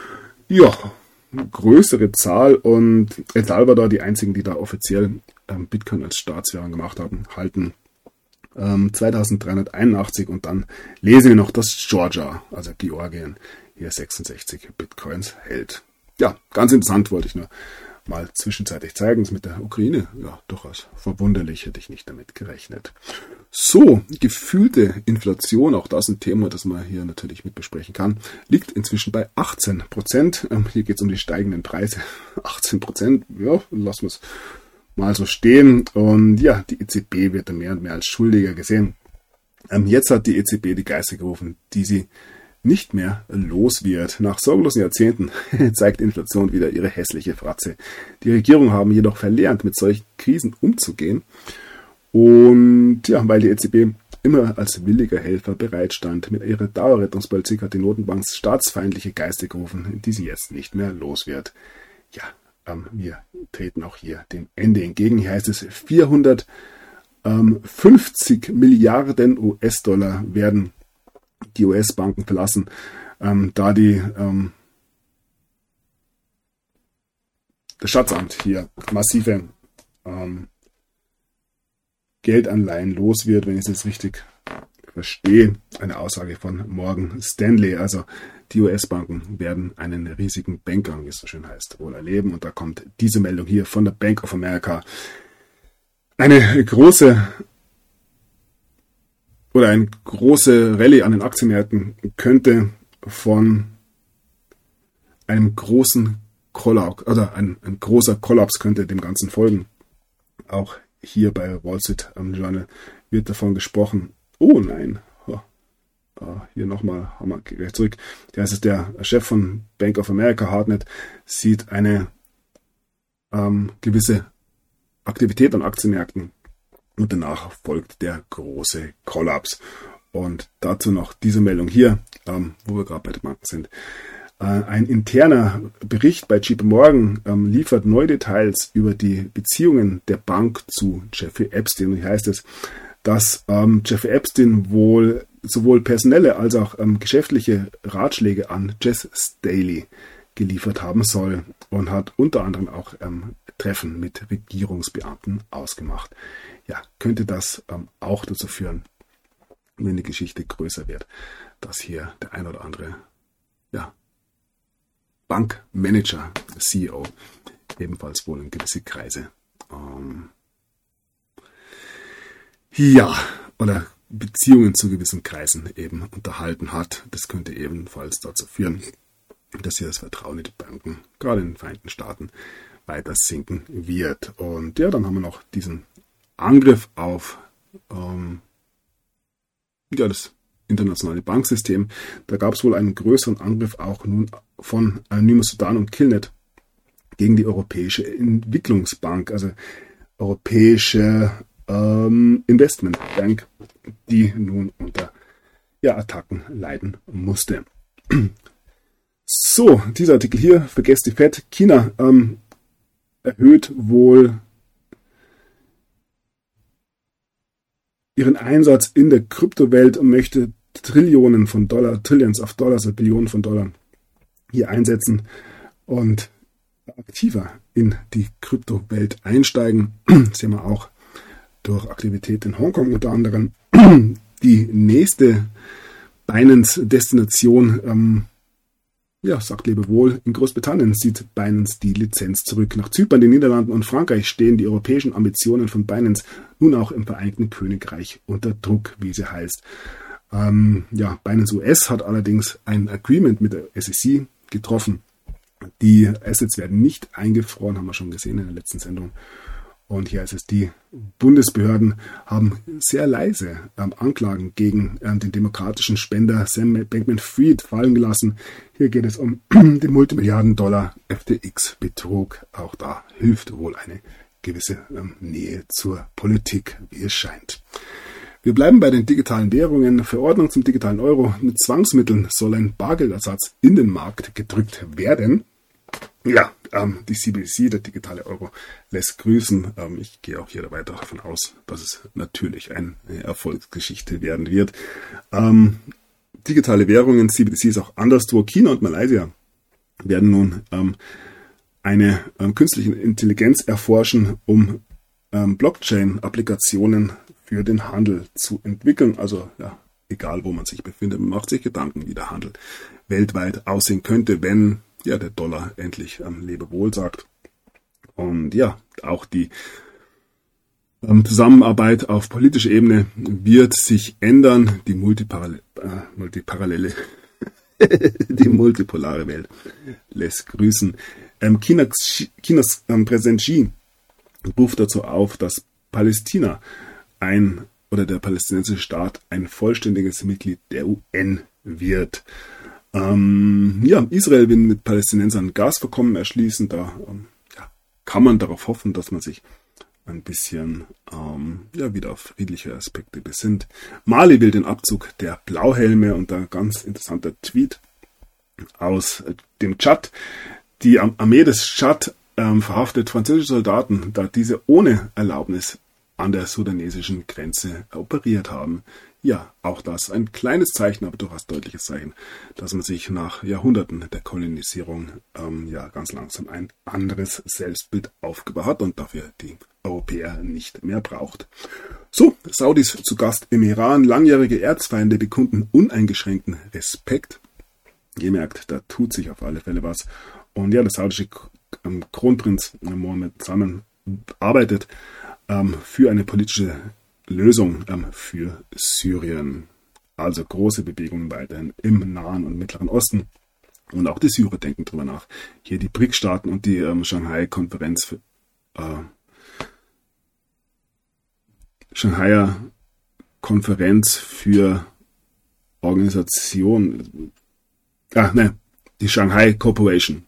Speaker 1: größere Zahl, und El Salvador, die einzigen, die da offiziell Bitcoin als Staatswährung gemacht haben, halten 2381, und dann lesen wir noch, dass Georgia, also Georgien, hier 66 Bitcoins hält. Ja, ganz interessant, wollte ich nur mal zwischenzeitlich zeigen. Das mit der Ukraine, durchaus verwunderlich, hätte ich nicht damit gerechnet. So, gefühlte Inflation, auch das ein Thema, das man hier natürlich mit besprechen kann, liegt inzwischen bei 18%. Hier geht es um die steigenden Preise. 18%, lassen wir es mal so stehen. Und die EZB wird mehr und mehr als Schuldiger gesehen. Jetzt hat die EZB die Geister gerufen, die sie nicht mehr los wird. Nach sorglosen Jahrzehnten zeigt Inflation wieder ihre hässliche Fratze. Die Regierungen haben jedoch verlernt, mit solchen Krisen umzugehen. Und weil die EZB immer als williger Helfer bereitstand, mit ihrer Dauerrettungspolitik hat die Notenbank staatsfeindliche Geister gerufen, die sie jetzt nicht mehr los wird. Wir treten auch hier dem Ende entgegen. Hier heißt es, 450 Milliarden US-Dollar werden die US-Banken verlassen, da das Schatzamt hier massive Geldanleihen los wird, wenn ich es jetzt richtig verstehe. Eine Aussage von Morgan Stanley. Also die US-Banken werden einen riesigen Bankrun, wie es so schön heißt, wohl erleben. Und da kommt diese Meldung hier von der Bank of America. Eine große Rallye an den Aktienmärkten könnte von einem großen Kollaps, oder ein großer Kollaps könnte dem Ganzen folgen. Auch hier bei Wall Street Journal wird davon gesprochen. Oh nein, hier nochmal, haben wir gleich zurück. Das ist der Chef von Bank of America, Hartnett, sieht eine gewisse Aktivität an Aktienmärkten und danach folgt der große Kollaps. Und dazu noch diese Meldung hier, wo wir gerade bei den Banken sind. Ein interner Bericht bei JP Morgan liefert neue Details über die Beziehungen der Bank zu Jeffrey Epstein. Und hier heißt es, dass Jeffrey Epstein wohl sowohl personelle als auch geschäftliche Ratschläge an Jes Staley geliefert haben soll und hat unter anderem auch Treffen mit Regierungsbeamten ausgemacht. Ja, könnte das auch dazu führen, wenn die Geschichte größer wird, dass hier der ein oder andere Bankmanager, CEO, ebenfalls wohl in gewisse Kreise oder Beziehungen zu gewissen Kreisen eben unterhalten hat. Das könnte ebenfalls dazu führen, dass hier das Vertrauen in die Banken, gerade in den Vereinigten Staaten, weiter sinken wird. Und ja, dann haben wir noch diesen Angriff auf das internationale Banksystem. Da gab es wohl einen größeren Angriff auch nun von Anonymous Sudan und Killnet gegen die Europäische Entwicklungsbank, also Europäische Investmentbank, die nun unter Attacken leiden musste. So, dieser Artikel hier, vergesst die Fed. China erhöht wohl ihren Einsatz in der Kryptowelt und möchte Trillions of Dollars, also Billionen von Dollar hier einsetzen und aktiver in die Kryptowelt einsteigen. Das sehen wir auch durch Aktivität in Hongkong unter anderem. Die nächste Binance-Destination, sagt Lebewohl. In Großbritannien zieht Binance die Lizenz zurück. Nach Zypern, den Niederlanden und Frankreich stehen die europäischen Ambitionen von Binance nun auch im Vereinigten Königreich unter Druck, wie sie heißt. Binance US hat allerdings ein Agreement mit der SEC getroffen. Die Assets werden nicht eingefroren, haben wir schon gesehen in der letzten Sendung. Und hier heißt es, die Bundesbehörden haben sehr leise Anklagen gegen den demokratischen Spender Sam Bankman-Fried fallen gelassen. Hier geht es um den Multimilliarden-Dollar FTX-Betrug. Auch da hilft wohl eine gewisse Nähe zur Politik, wie es scheint. Wir bleiben bei den digitalen Währungen. Verordnung zum digitalen Euro. Mit Zwangsmitteln soll ein Bargeldersatz in den Markt gedrückt werden. Ja, die CBDC, der digitale Euro, lässt grüßen. Ich gehe auch hier weiter davon aus, dass es natürlich eine Erfolgsgeschichte werden wird. Digitale Währungen, CBDC ist auch anderswo. China und Malaysia werden nun eine künstliche Intelligenz erforschen, um Blockchain-Applikationen für den Handel zu entwickeln. Also egal wo man sich befindet, man macht sich Gedanken, wie der Handel weltweit aussehen könnte, wenn der Dollar endlich Lebewohl sagt. Und auch die Zusammenarbeit auf politischer Ebene wird sich ändern. Die multipolare Welt lässt grüßen. Chinas Präsident Xi ruft dazu auf, dass Palästina der palästinensische Staat ein vollständiges Mitglied der UN wird. Israel will mit Palästinensern Gasvorkommen erschließen. Da kann man darauf hoffen, dass man sich ein bisschen wieder auf friedliche Aspekte besinnt. Mali will den Abzug der Blauhelme und ein ganz interessanter Tweet aus dem Tschad. Die Armee des Tschad verhaftet französische Soldaten, da diese ohne Erlaubnis an der sudanesischen Grenze operiert haben. Ja, auch das ein kleines Zeichen, aber durchaus deutliches Zeichen, dass man sich nach Jahrhunderten der Kolonisierung ganz langsam ein anderes Selbstbild aufgebaut hat und dafür die Europäer nicht mehr braucht. So, Saudis zu Gast im Iran, langjährige Erzfeinde bekunden uneingeschränkten Respekt. Ihr merkt, da tut sich auf alle Fälle was. Und der saudische Kronprinz Mohammed Salman arbeitet für eine politische Lösung für Syrien. Also große Bewegungen weiterhin im Nahen und Mittleren Osten. Und auch die Syrer denken drüber nach. Hier die BRICS-Staaten und die Shanghai-Konferenz Shanghaier Konferenz für Organisation, die Shanghai Corporation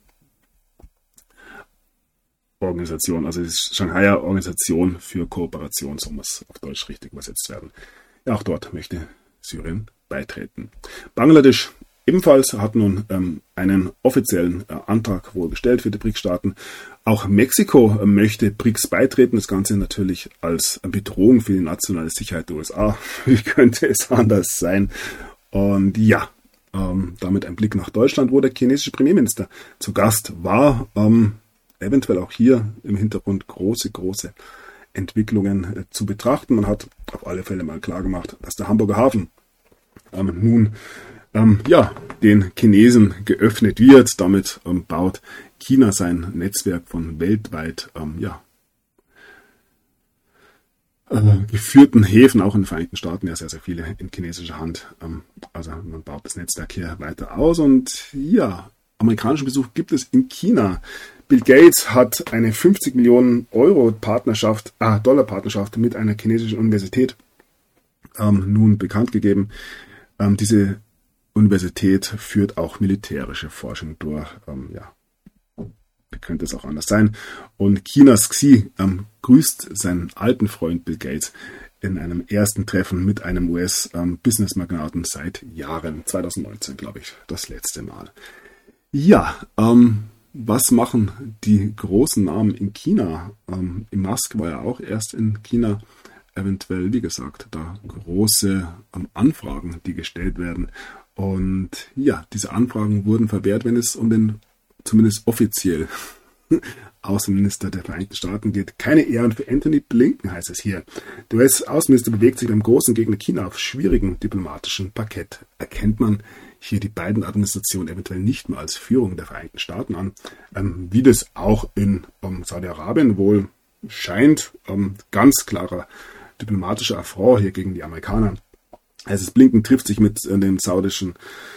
Speaker 1: Organisation, also die Shanghaier Organisation für Kooperation, so muss auf Deutsch richtig übersetzt werden. Ja, auch dort möchte Syrien beitreten. Bangladesch ebenfalls hat nun einen offiziellen Antrag wohl gestellt für die BRICS-Staaten. Auch Mexiko möchte BRICS beitreten. Das Ganze natürlich als Bedrohung für die nationale Sicherheit der USA. Wie könnte es anders sein? Und ja, damit ein Blick nach Deutschland, wo der chinesische Premierminister zu Gast war. Eventuell auch hier im Hintergrund große Entwicklungen zu betrachten. Man hat auf alle Fälle mal klar gemacht, dass der Hamburger Hafen nun den Chinesen geöffnet wird. Damit baut China sein Netzwerk von weltweit geführten Häfen, auch in den Vereinigten Staaten, ja sehr viele in chinesischer Hand. Also man baut das Netzwerk hier weiter aus und ja, amerikanischen Besuch gibt es in China. Bill Gates hat eine 50 Millionen Dollar Partnerschaft mit einer chinesischen Universität nun bekannt gegeben. Diese Universität führt auch militärische Forschung durch. Wie könnte es auch anders sein? Und Chinas Xi grüßt seinen alten Freund Bill Gates in einem ersten Treffen mit einem US-Business-Magnaten seit Jahren. 2019, glaube ich, das letzte Mal. Ja, was machen die großen Namen in China? Musk war ja auch erst in China. Eventuell, wie gesagt, da große Anfragen, die gestellt werden. Und ja, diese Anfragen wurden verwehrt, wenn es um den zumindest offiziell Außenminister der Vereinigten Staaten geht. Keine Ehren für Anthony Blinken, heißt es hier. Der US-Außenminister bewegt sich beim großen Gegner China auf schwierigem diplomatischen Parkett. Erkennt man hier die beiden Administrationen eventuell nicht mehr als Führung der Vereinigten Staaten an, wie das auch in Saudi-Arabien wohl scheint. Ganz klarer diplomatischer Affront hier gegen die Amerikaner. Also Blinken trifft sich mit dem saudischen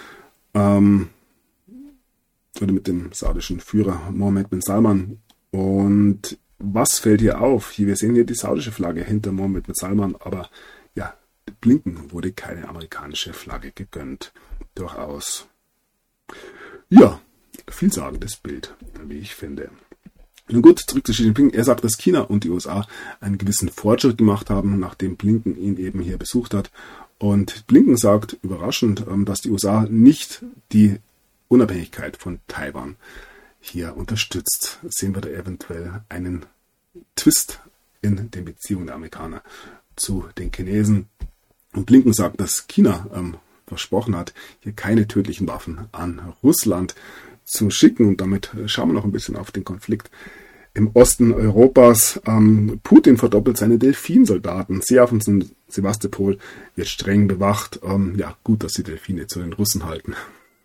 Speaker 1: mit dem saudischen Führer Mohammed bin Salman. Und was fällt hier auf? Hier, wir sehen hier die saudische Flagge hinter Mohammed bin Salman, aber ja, Blinken wurde keine amerikanische Flagge gegönnt. Durchaus. Ja, vielsagendes Bild, wie ich finde. Nun gut, zurück zu Xi Jinping. Er sagt, dass China und die USA einen gewissen Fortschritt gemacht haben, nachdem Blinken ihn eben hier besucht hat. Und Blinken sagt, überraschend, dass die USA nicht die Unabhängigkeit von Taiwan hier unterstützt. Sehen wir da eventuell einen Twist in den Beziehungen der Amerikaner zu den Chinesen. Und Blinken sagt, dass China versprochen hat, hier keine tödlichen Waffen an Russland zu schicken. Und damit schauen wir noch ein bisschen auf den Konflikt im Osten Europas. Putin verdoppelt seine Delfinsoldaten. Seehafen von Sevastopol wird streng bewacht. Ja, gut, dass die Delfine zu den Russen halten.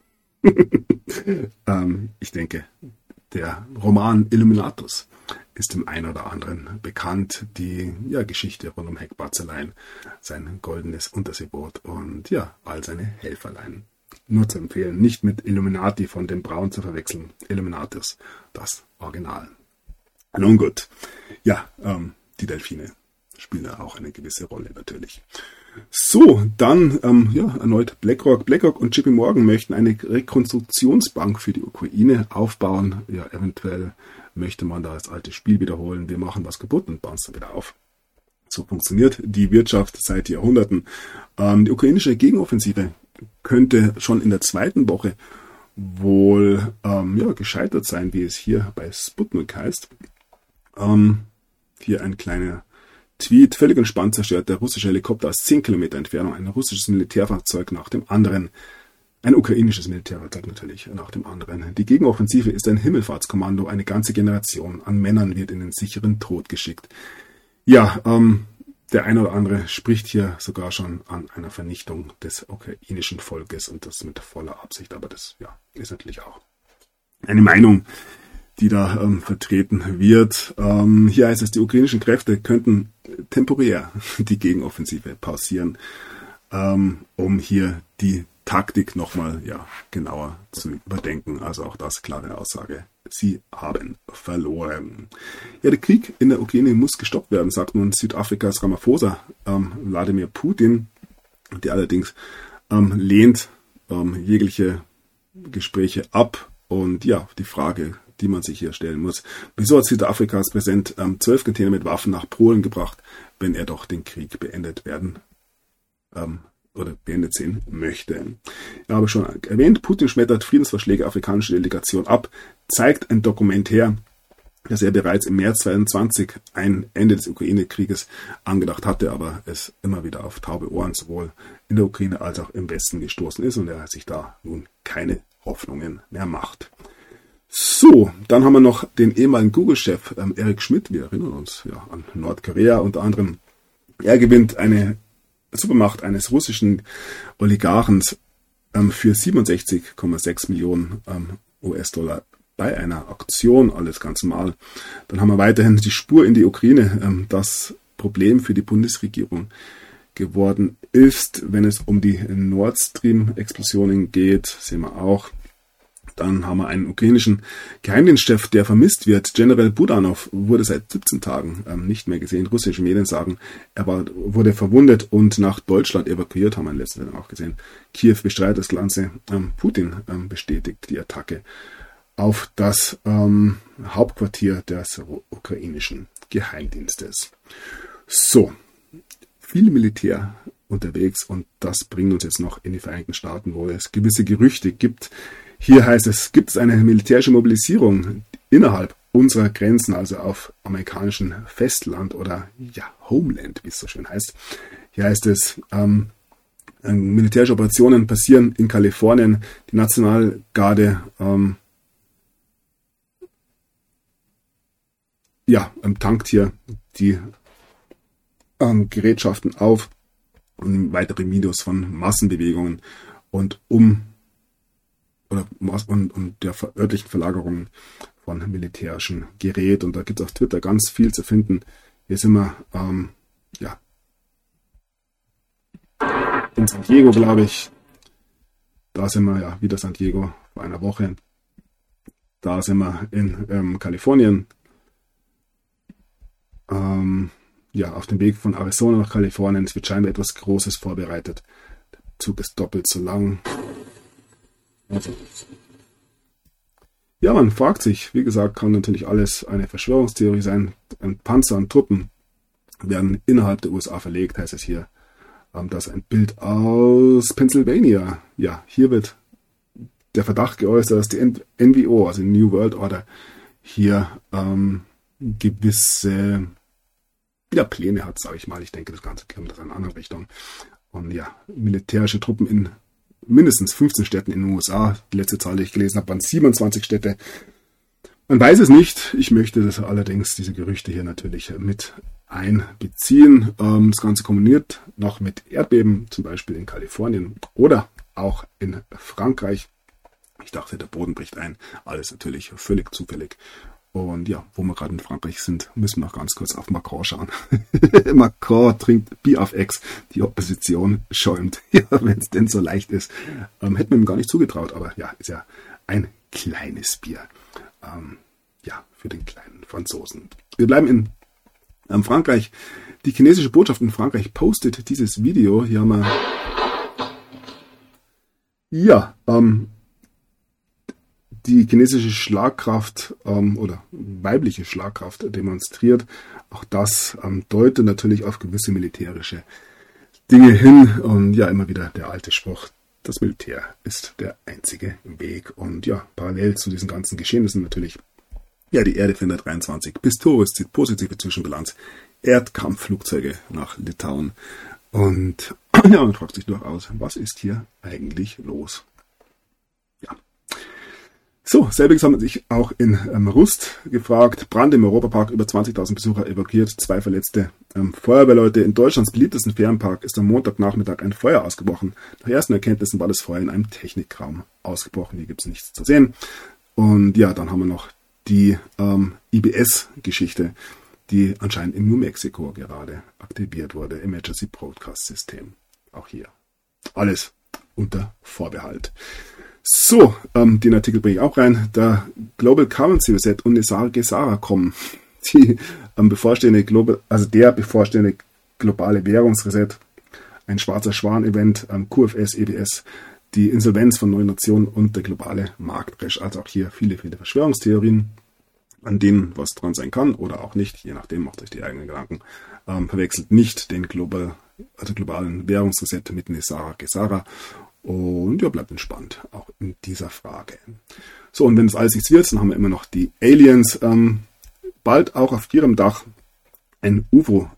Speaker 1: Ich denke, der Roman Illuminatus ist dem einen oder anderen bekannt. Die Geschichte rund um Heck Barzelein, sein goldenes Unterseeboot und all seine Helferlein. Nur zu empfehlen, nicht mit Illuminati von dem Braun zu verwechseln. Illuminatus, das Original. Nun gut, die Delfine spielen da auch eine gewisse Rolle natürlich. So, dann erneut BlackRock. BlackRock und JP Morgan möchten eine Rekonstruktionsbank für die Ukraine aufbauen. Ja, eventuell möchte man da das alte Spiel wiederholen. Wir machen was kaputt und bauen es dann wieder auf. So funktioniert die Wirtschaft seit Jahrhunderten. Die ukrainische Gegenoffensive könnte schon in der zweiten Woche wohl gescheitert sein, wie es hier bei Sputnik heißt. Hier ein kleiner Tweet. Völlig entspannt zerstört der russische Helikopter aus 10 Kilometer Entfernung ein russisches Militärfahrzeug nach dem anderen. Ein ukrainisches Militärfahrzeug natürlich nach dem anderen. Die Gegenoffensive ist ein Himmelfahrtskommando. Eine ganze Generation an Männern wird in den sicheren Tod geschickt. Ja, der eine oder andere spricht hier sogar schon an einer Vernichtung des ukrainischen Volkes und das mit voller Absicht. Aber das ist natürlich auch eine Meinung, die da vertreten wird. Hier heißt es, die ukrainischen Kräfte könnten temporär die Gegenoffensive pausieren, um hier die Taktik nochmal genauer zu überdenken. Also auch das klare Aussage. Sie haben verloren. Ja, der Krieg in der Ukraine muss gestoppt werden, sagt nun Südafrikas Ramaphosa, Wladimir Putin, der allerdings lehnt jegliche Gespräche ab. Und ja, die Frage, die man sich hier stellen muss: Wieso hat Südafrikas Präsident 12 Container mit Waffen nach Polen gebracht, wenn er doch den Krieg beendet sehen möchte? Ja, habe ich schon erwähnt, Putin schmettert Friedensvorschläge afrikanischer Delegation ab, zeigt ein Dokument her, dass er bereits im März 2022 ein Ende des Ukraine-Krieges angedacht hatte, aber es immer wieder auf taube Ohren sowohl in der Ukraine als auch im Westen gestoßen ist und er sich da nun keine Hoffnungen mehr macht. So, dann haben wir noch den ehemaligen Google-Chef Eric Schmidt. Wir erinnern uns an Nordkorea unter anderem. Er gewinnt eine Supermacht eines russischen Oligarchen für 67,6 Millionen US-Dollar bei einer Auktion, alles ganz normal. Dann haben wir weiterhin die Spur in die Ukraine, das Problem für die Bundesregierung geworden ist, wenn es um die Nord Stream-Explosionen geht, sehen wir auch. Dann haben wir einen ukrainischen Geheimdienstchef, der vermisst wird. General Budanov wurde seit 17 Tagen nicht mehr gesehen. Russische Medien sagen, er wurde verwundet und nach Deutschland evakuiert, haben wir in letzter Zeit auch gesehen. Kiew bestreitet das Ganze. Putin bestätigt die Attacke auf das Hauptquartier des ukrainischen Geheimdienstes. So, viel Militär unterwegs und das bringt uns jetzt noch in die Vereinigten Staaten, wo es gewisse Gerüchte gibt. Hier heißt es, gibt es eine militärische Mobilisierung innerhalb unserer Grenzen, also auf amerikanischem Festland oder Homeland, wie es so schön heißt. Hier heißt es, militärische Operationen passieren in Kalifornien. Die Nationalgarde tankt hier die Gerätschaften auf und weitere Videos von Massenbewegungen und der örtlichen Verlagerung von militärischem Gerät. Und da gibt es auf Twitter ganz viel zu finden. Hier sind wir in San Diego, glaube ich. Da sind wir wieder San Diego vor einer Woche. Da sind wir in Kalifornien. Auf dem Weg von Arizona nach Kalifornien. Es wird scheinbar etwas Großes vorbereitet. Der Zug ist doppelt so lang. Ja, man fragt sich, wie gesagt, kann natürlich alles eine Verschwörungstheorie sein. Panzer und Truppen werden innerhalb der USA verlegt, heißt es hier. Das ist ein Bild aus Pennsylvania. Ja, hier wird der Verdacht geäußert, dass die NWO, also New World Order, hier gewisse Pläne hat, sage ich mal. Ich denke, das Ganze kommt aus einer anderen Richtung. Und militärische Truppen in mindestens 15 Städten in den USA. Die letzte Zahl, die ich gelesen habe, waren 27 Städte. Man weiß es nicht. Ich möchte das allerdings, diese Gerüchte hier natürlich mit einbeziehen. Das Ganze kombiniert noch mit Erdbeben, zum Beispiel in Kalifornien oder auch in Frankreich. Ich dachte, der Boden bricht ein. Alles natürlich völlig zufällig. Und wo wir gerade in Frankreich sind, müssen wir noch ganz kurz auf Macron schauen. Macron trinkt Bier auf Ex, die Opposition schäumt. Ja, wenn es denn so leicht ist. Hätten wir ihm gar nicht zugetraut, aber ist ja ein kleines Bier. Für den kleinen Franzosen. Wir bleiben in Frankreich. Die chinesische Botschaft in Frankreich postet dieses Video. Hier haben wir die chinesische Schlagkraft oder weibliche Schlagkraft demonstriert. Auch das deutet natürlich auf gewisse militärische Dinge hin. Und immer wieder der alte Spruch, das Militär ist der einzige Weg. Und parallel zu diesen ganzen Geschehnissen natürlich die Erdefender 23. Pistorius zieht positive Zwischenbilanz. Erdkampfflugzeuge nach Litauen. Und man fragt sich durchaus, was ist hier eigentlich los? So, selbiges haben sich auch in Rust gefragt. Brand im Europapark, über 20.000 Besucher evakuiert, 2 verletzte Feuerwehrleute. In Deutschlands beliebtesten Ferienpark ist am Montagnachmittag ein Feuer ausgebrochen. Nach ersten Erkenntnissen war das Feuer in einem Technikraum ausgebrochen. Hier gibt es nichts zu sehen. Und dann haben wir noch die IBS-Geschichte, die anscheinend in New Mexico gerade aktiviert wurde. Emergency Broadcast System. Auch hier. Alles unter Vorbehalt. So, den Artikel bringe ich auch rein. Der Global Currency Reset und Nesara Gesara kommen. Der bevorstehende globale Währungsreset, ein schwarzer Schwan-Event, QFS, EBS, die Insolvenz von neuen Nationen und der globale Marktcrash. Also auch hier viele, viele Verschwörungstheorien, an denen was dran sein kann oder auch nicht, je nachdem, macht euch die eigenen Gedanken. Verwechselt nicht den globalen Währungsreset mit Nesara Gesara. Und ja, bleibt entspannt, auch in dieser Frage. So, und wenn das alles nichts wird, dann haben wir immer noch die Aliens. Bald auch auf ihrem Dach ein UFO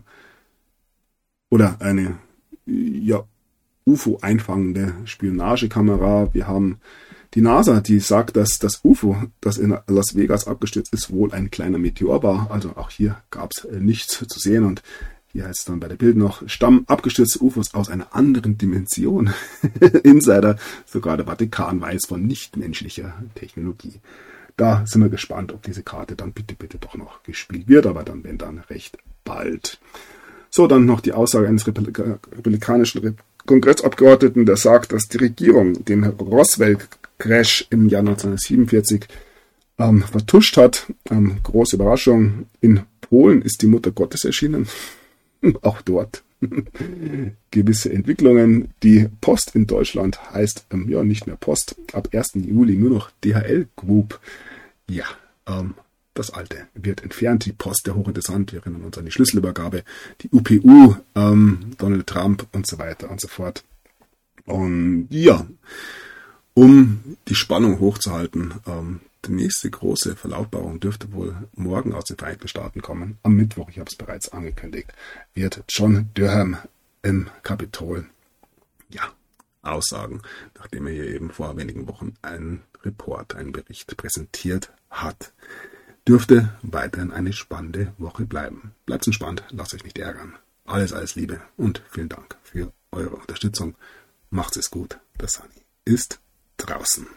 Speaker 1: oder eine UFO einfangende Spionagekamera. Wir haben die NASA, die sagt, dass das UFO, das in Las Vegas abgestürzt ist, wohl ein kleiner Meteor war. Also auch hier gab es nichts zu sehen. Und hier heißt es dann bei der Bild noch, stammen abgestürzte UFOs aus einer anderen Dimension. Insider, sogar der Vatikan weiß von nichtmenschlicher Technologie. Da sind wir gespannt, ob diese Karte dann bitte doch noch gespielt wird, aber dann, wenn dann, recht bald. So, dann noch die Aussage eines republikanischen Kongressabgeordneten, der sagt, dass die Regierung den Roswell-Crash im Jahr 1947 vertuscht hat. Große Überraschung, in Polen ist die Mutter Gottes erschienen. Auch dort gewisse Entwicklungen. Die Post in Deutschland heißt nicht mehr Post, ab 1. Juli nur noch DHL Group. Ja, das alte wird entfernt. Die Post, der hochinteressant, wir erinnern uns an die Schlüsselübergabe, die UPU, Donald Trump und so weiter und so fort. Und ja, um die Spannung hochzuhalten, die nächste große Verlautbarung dürfte wohl morgen aus den Vereinigten Staaten kommen. Am Mittwoch, ich habe es bereits angekündigt, wird John Durham im Kapitol aussagen, nachdem er hier eben vor wenigen Wochen einen Bericht präsentiert hat. Dürfte weiterhin eine spannende Woche bleiben. Bleibt entspannt, lasst euch nicht ärgern. Alles Liebe und vielen Dank für eure Unterstützung. Macht's es gut. Der Sunny ist draußen.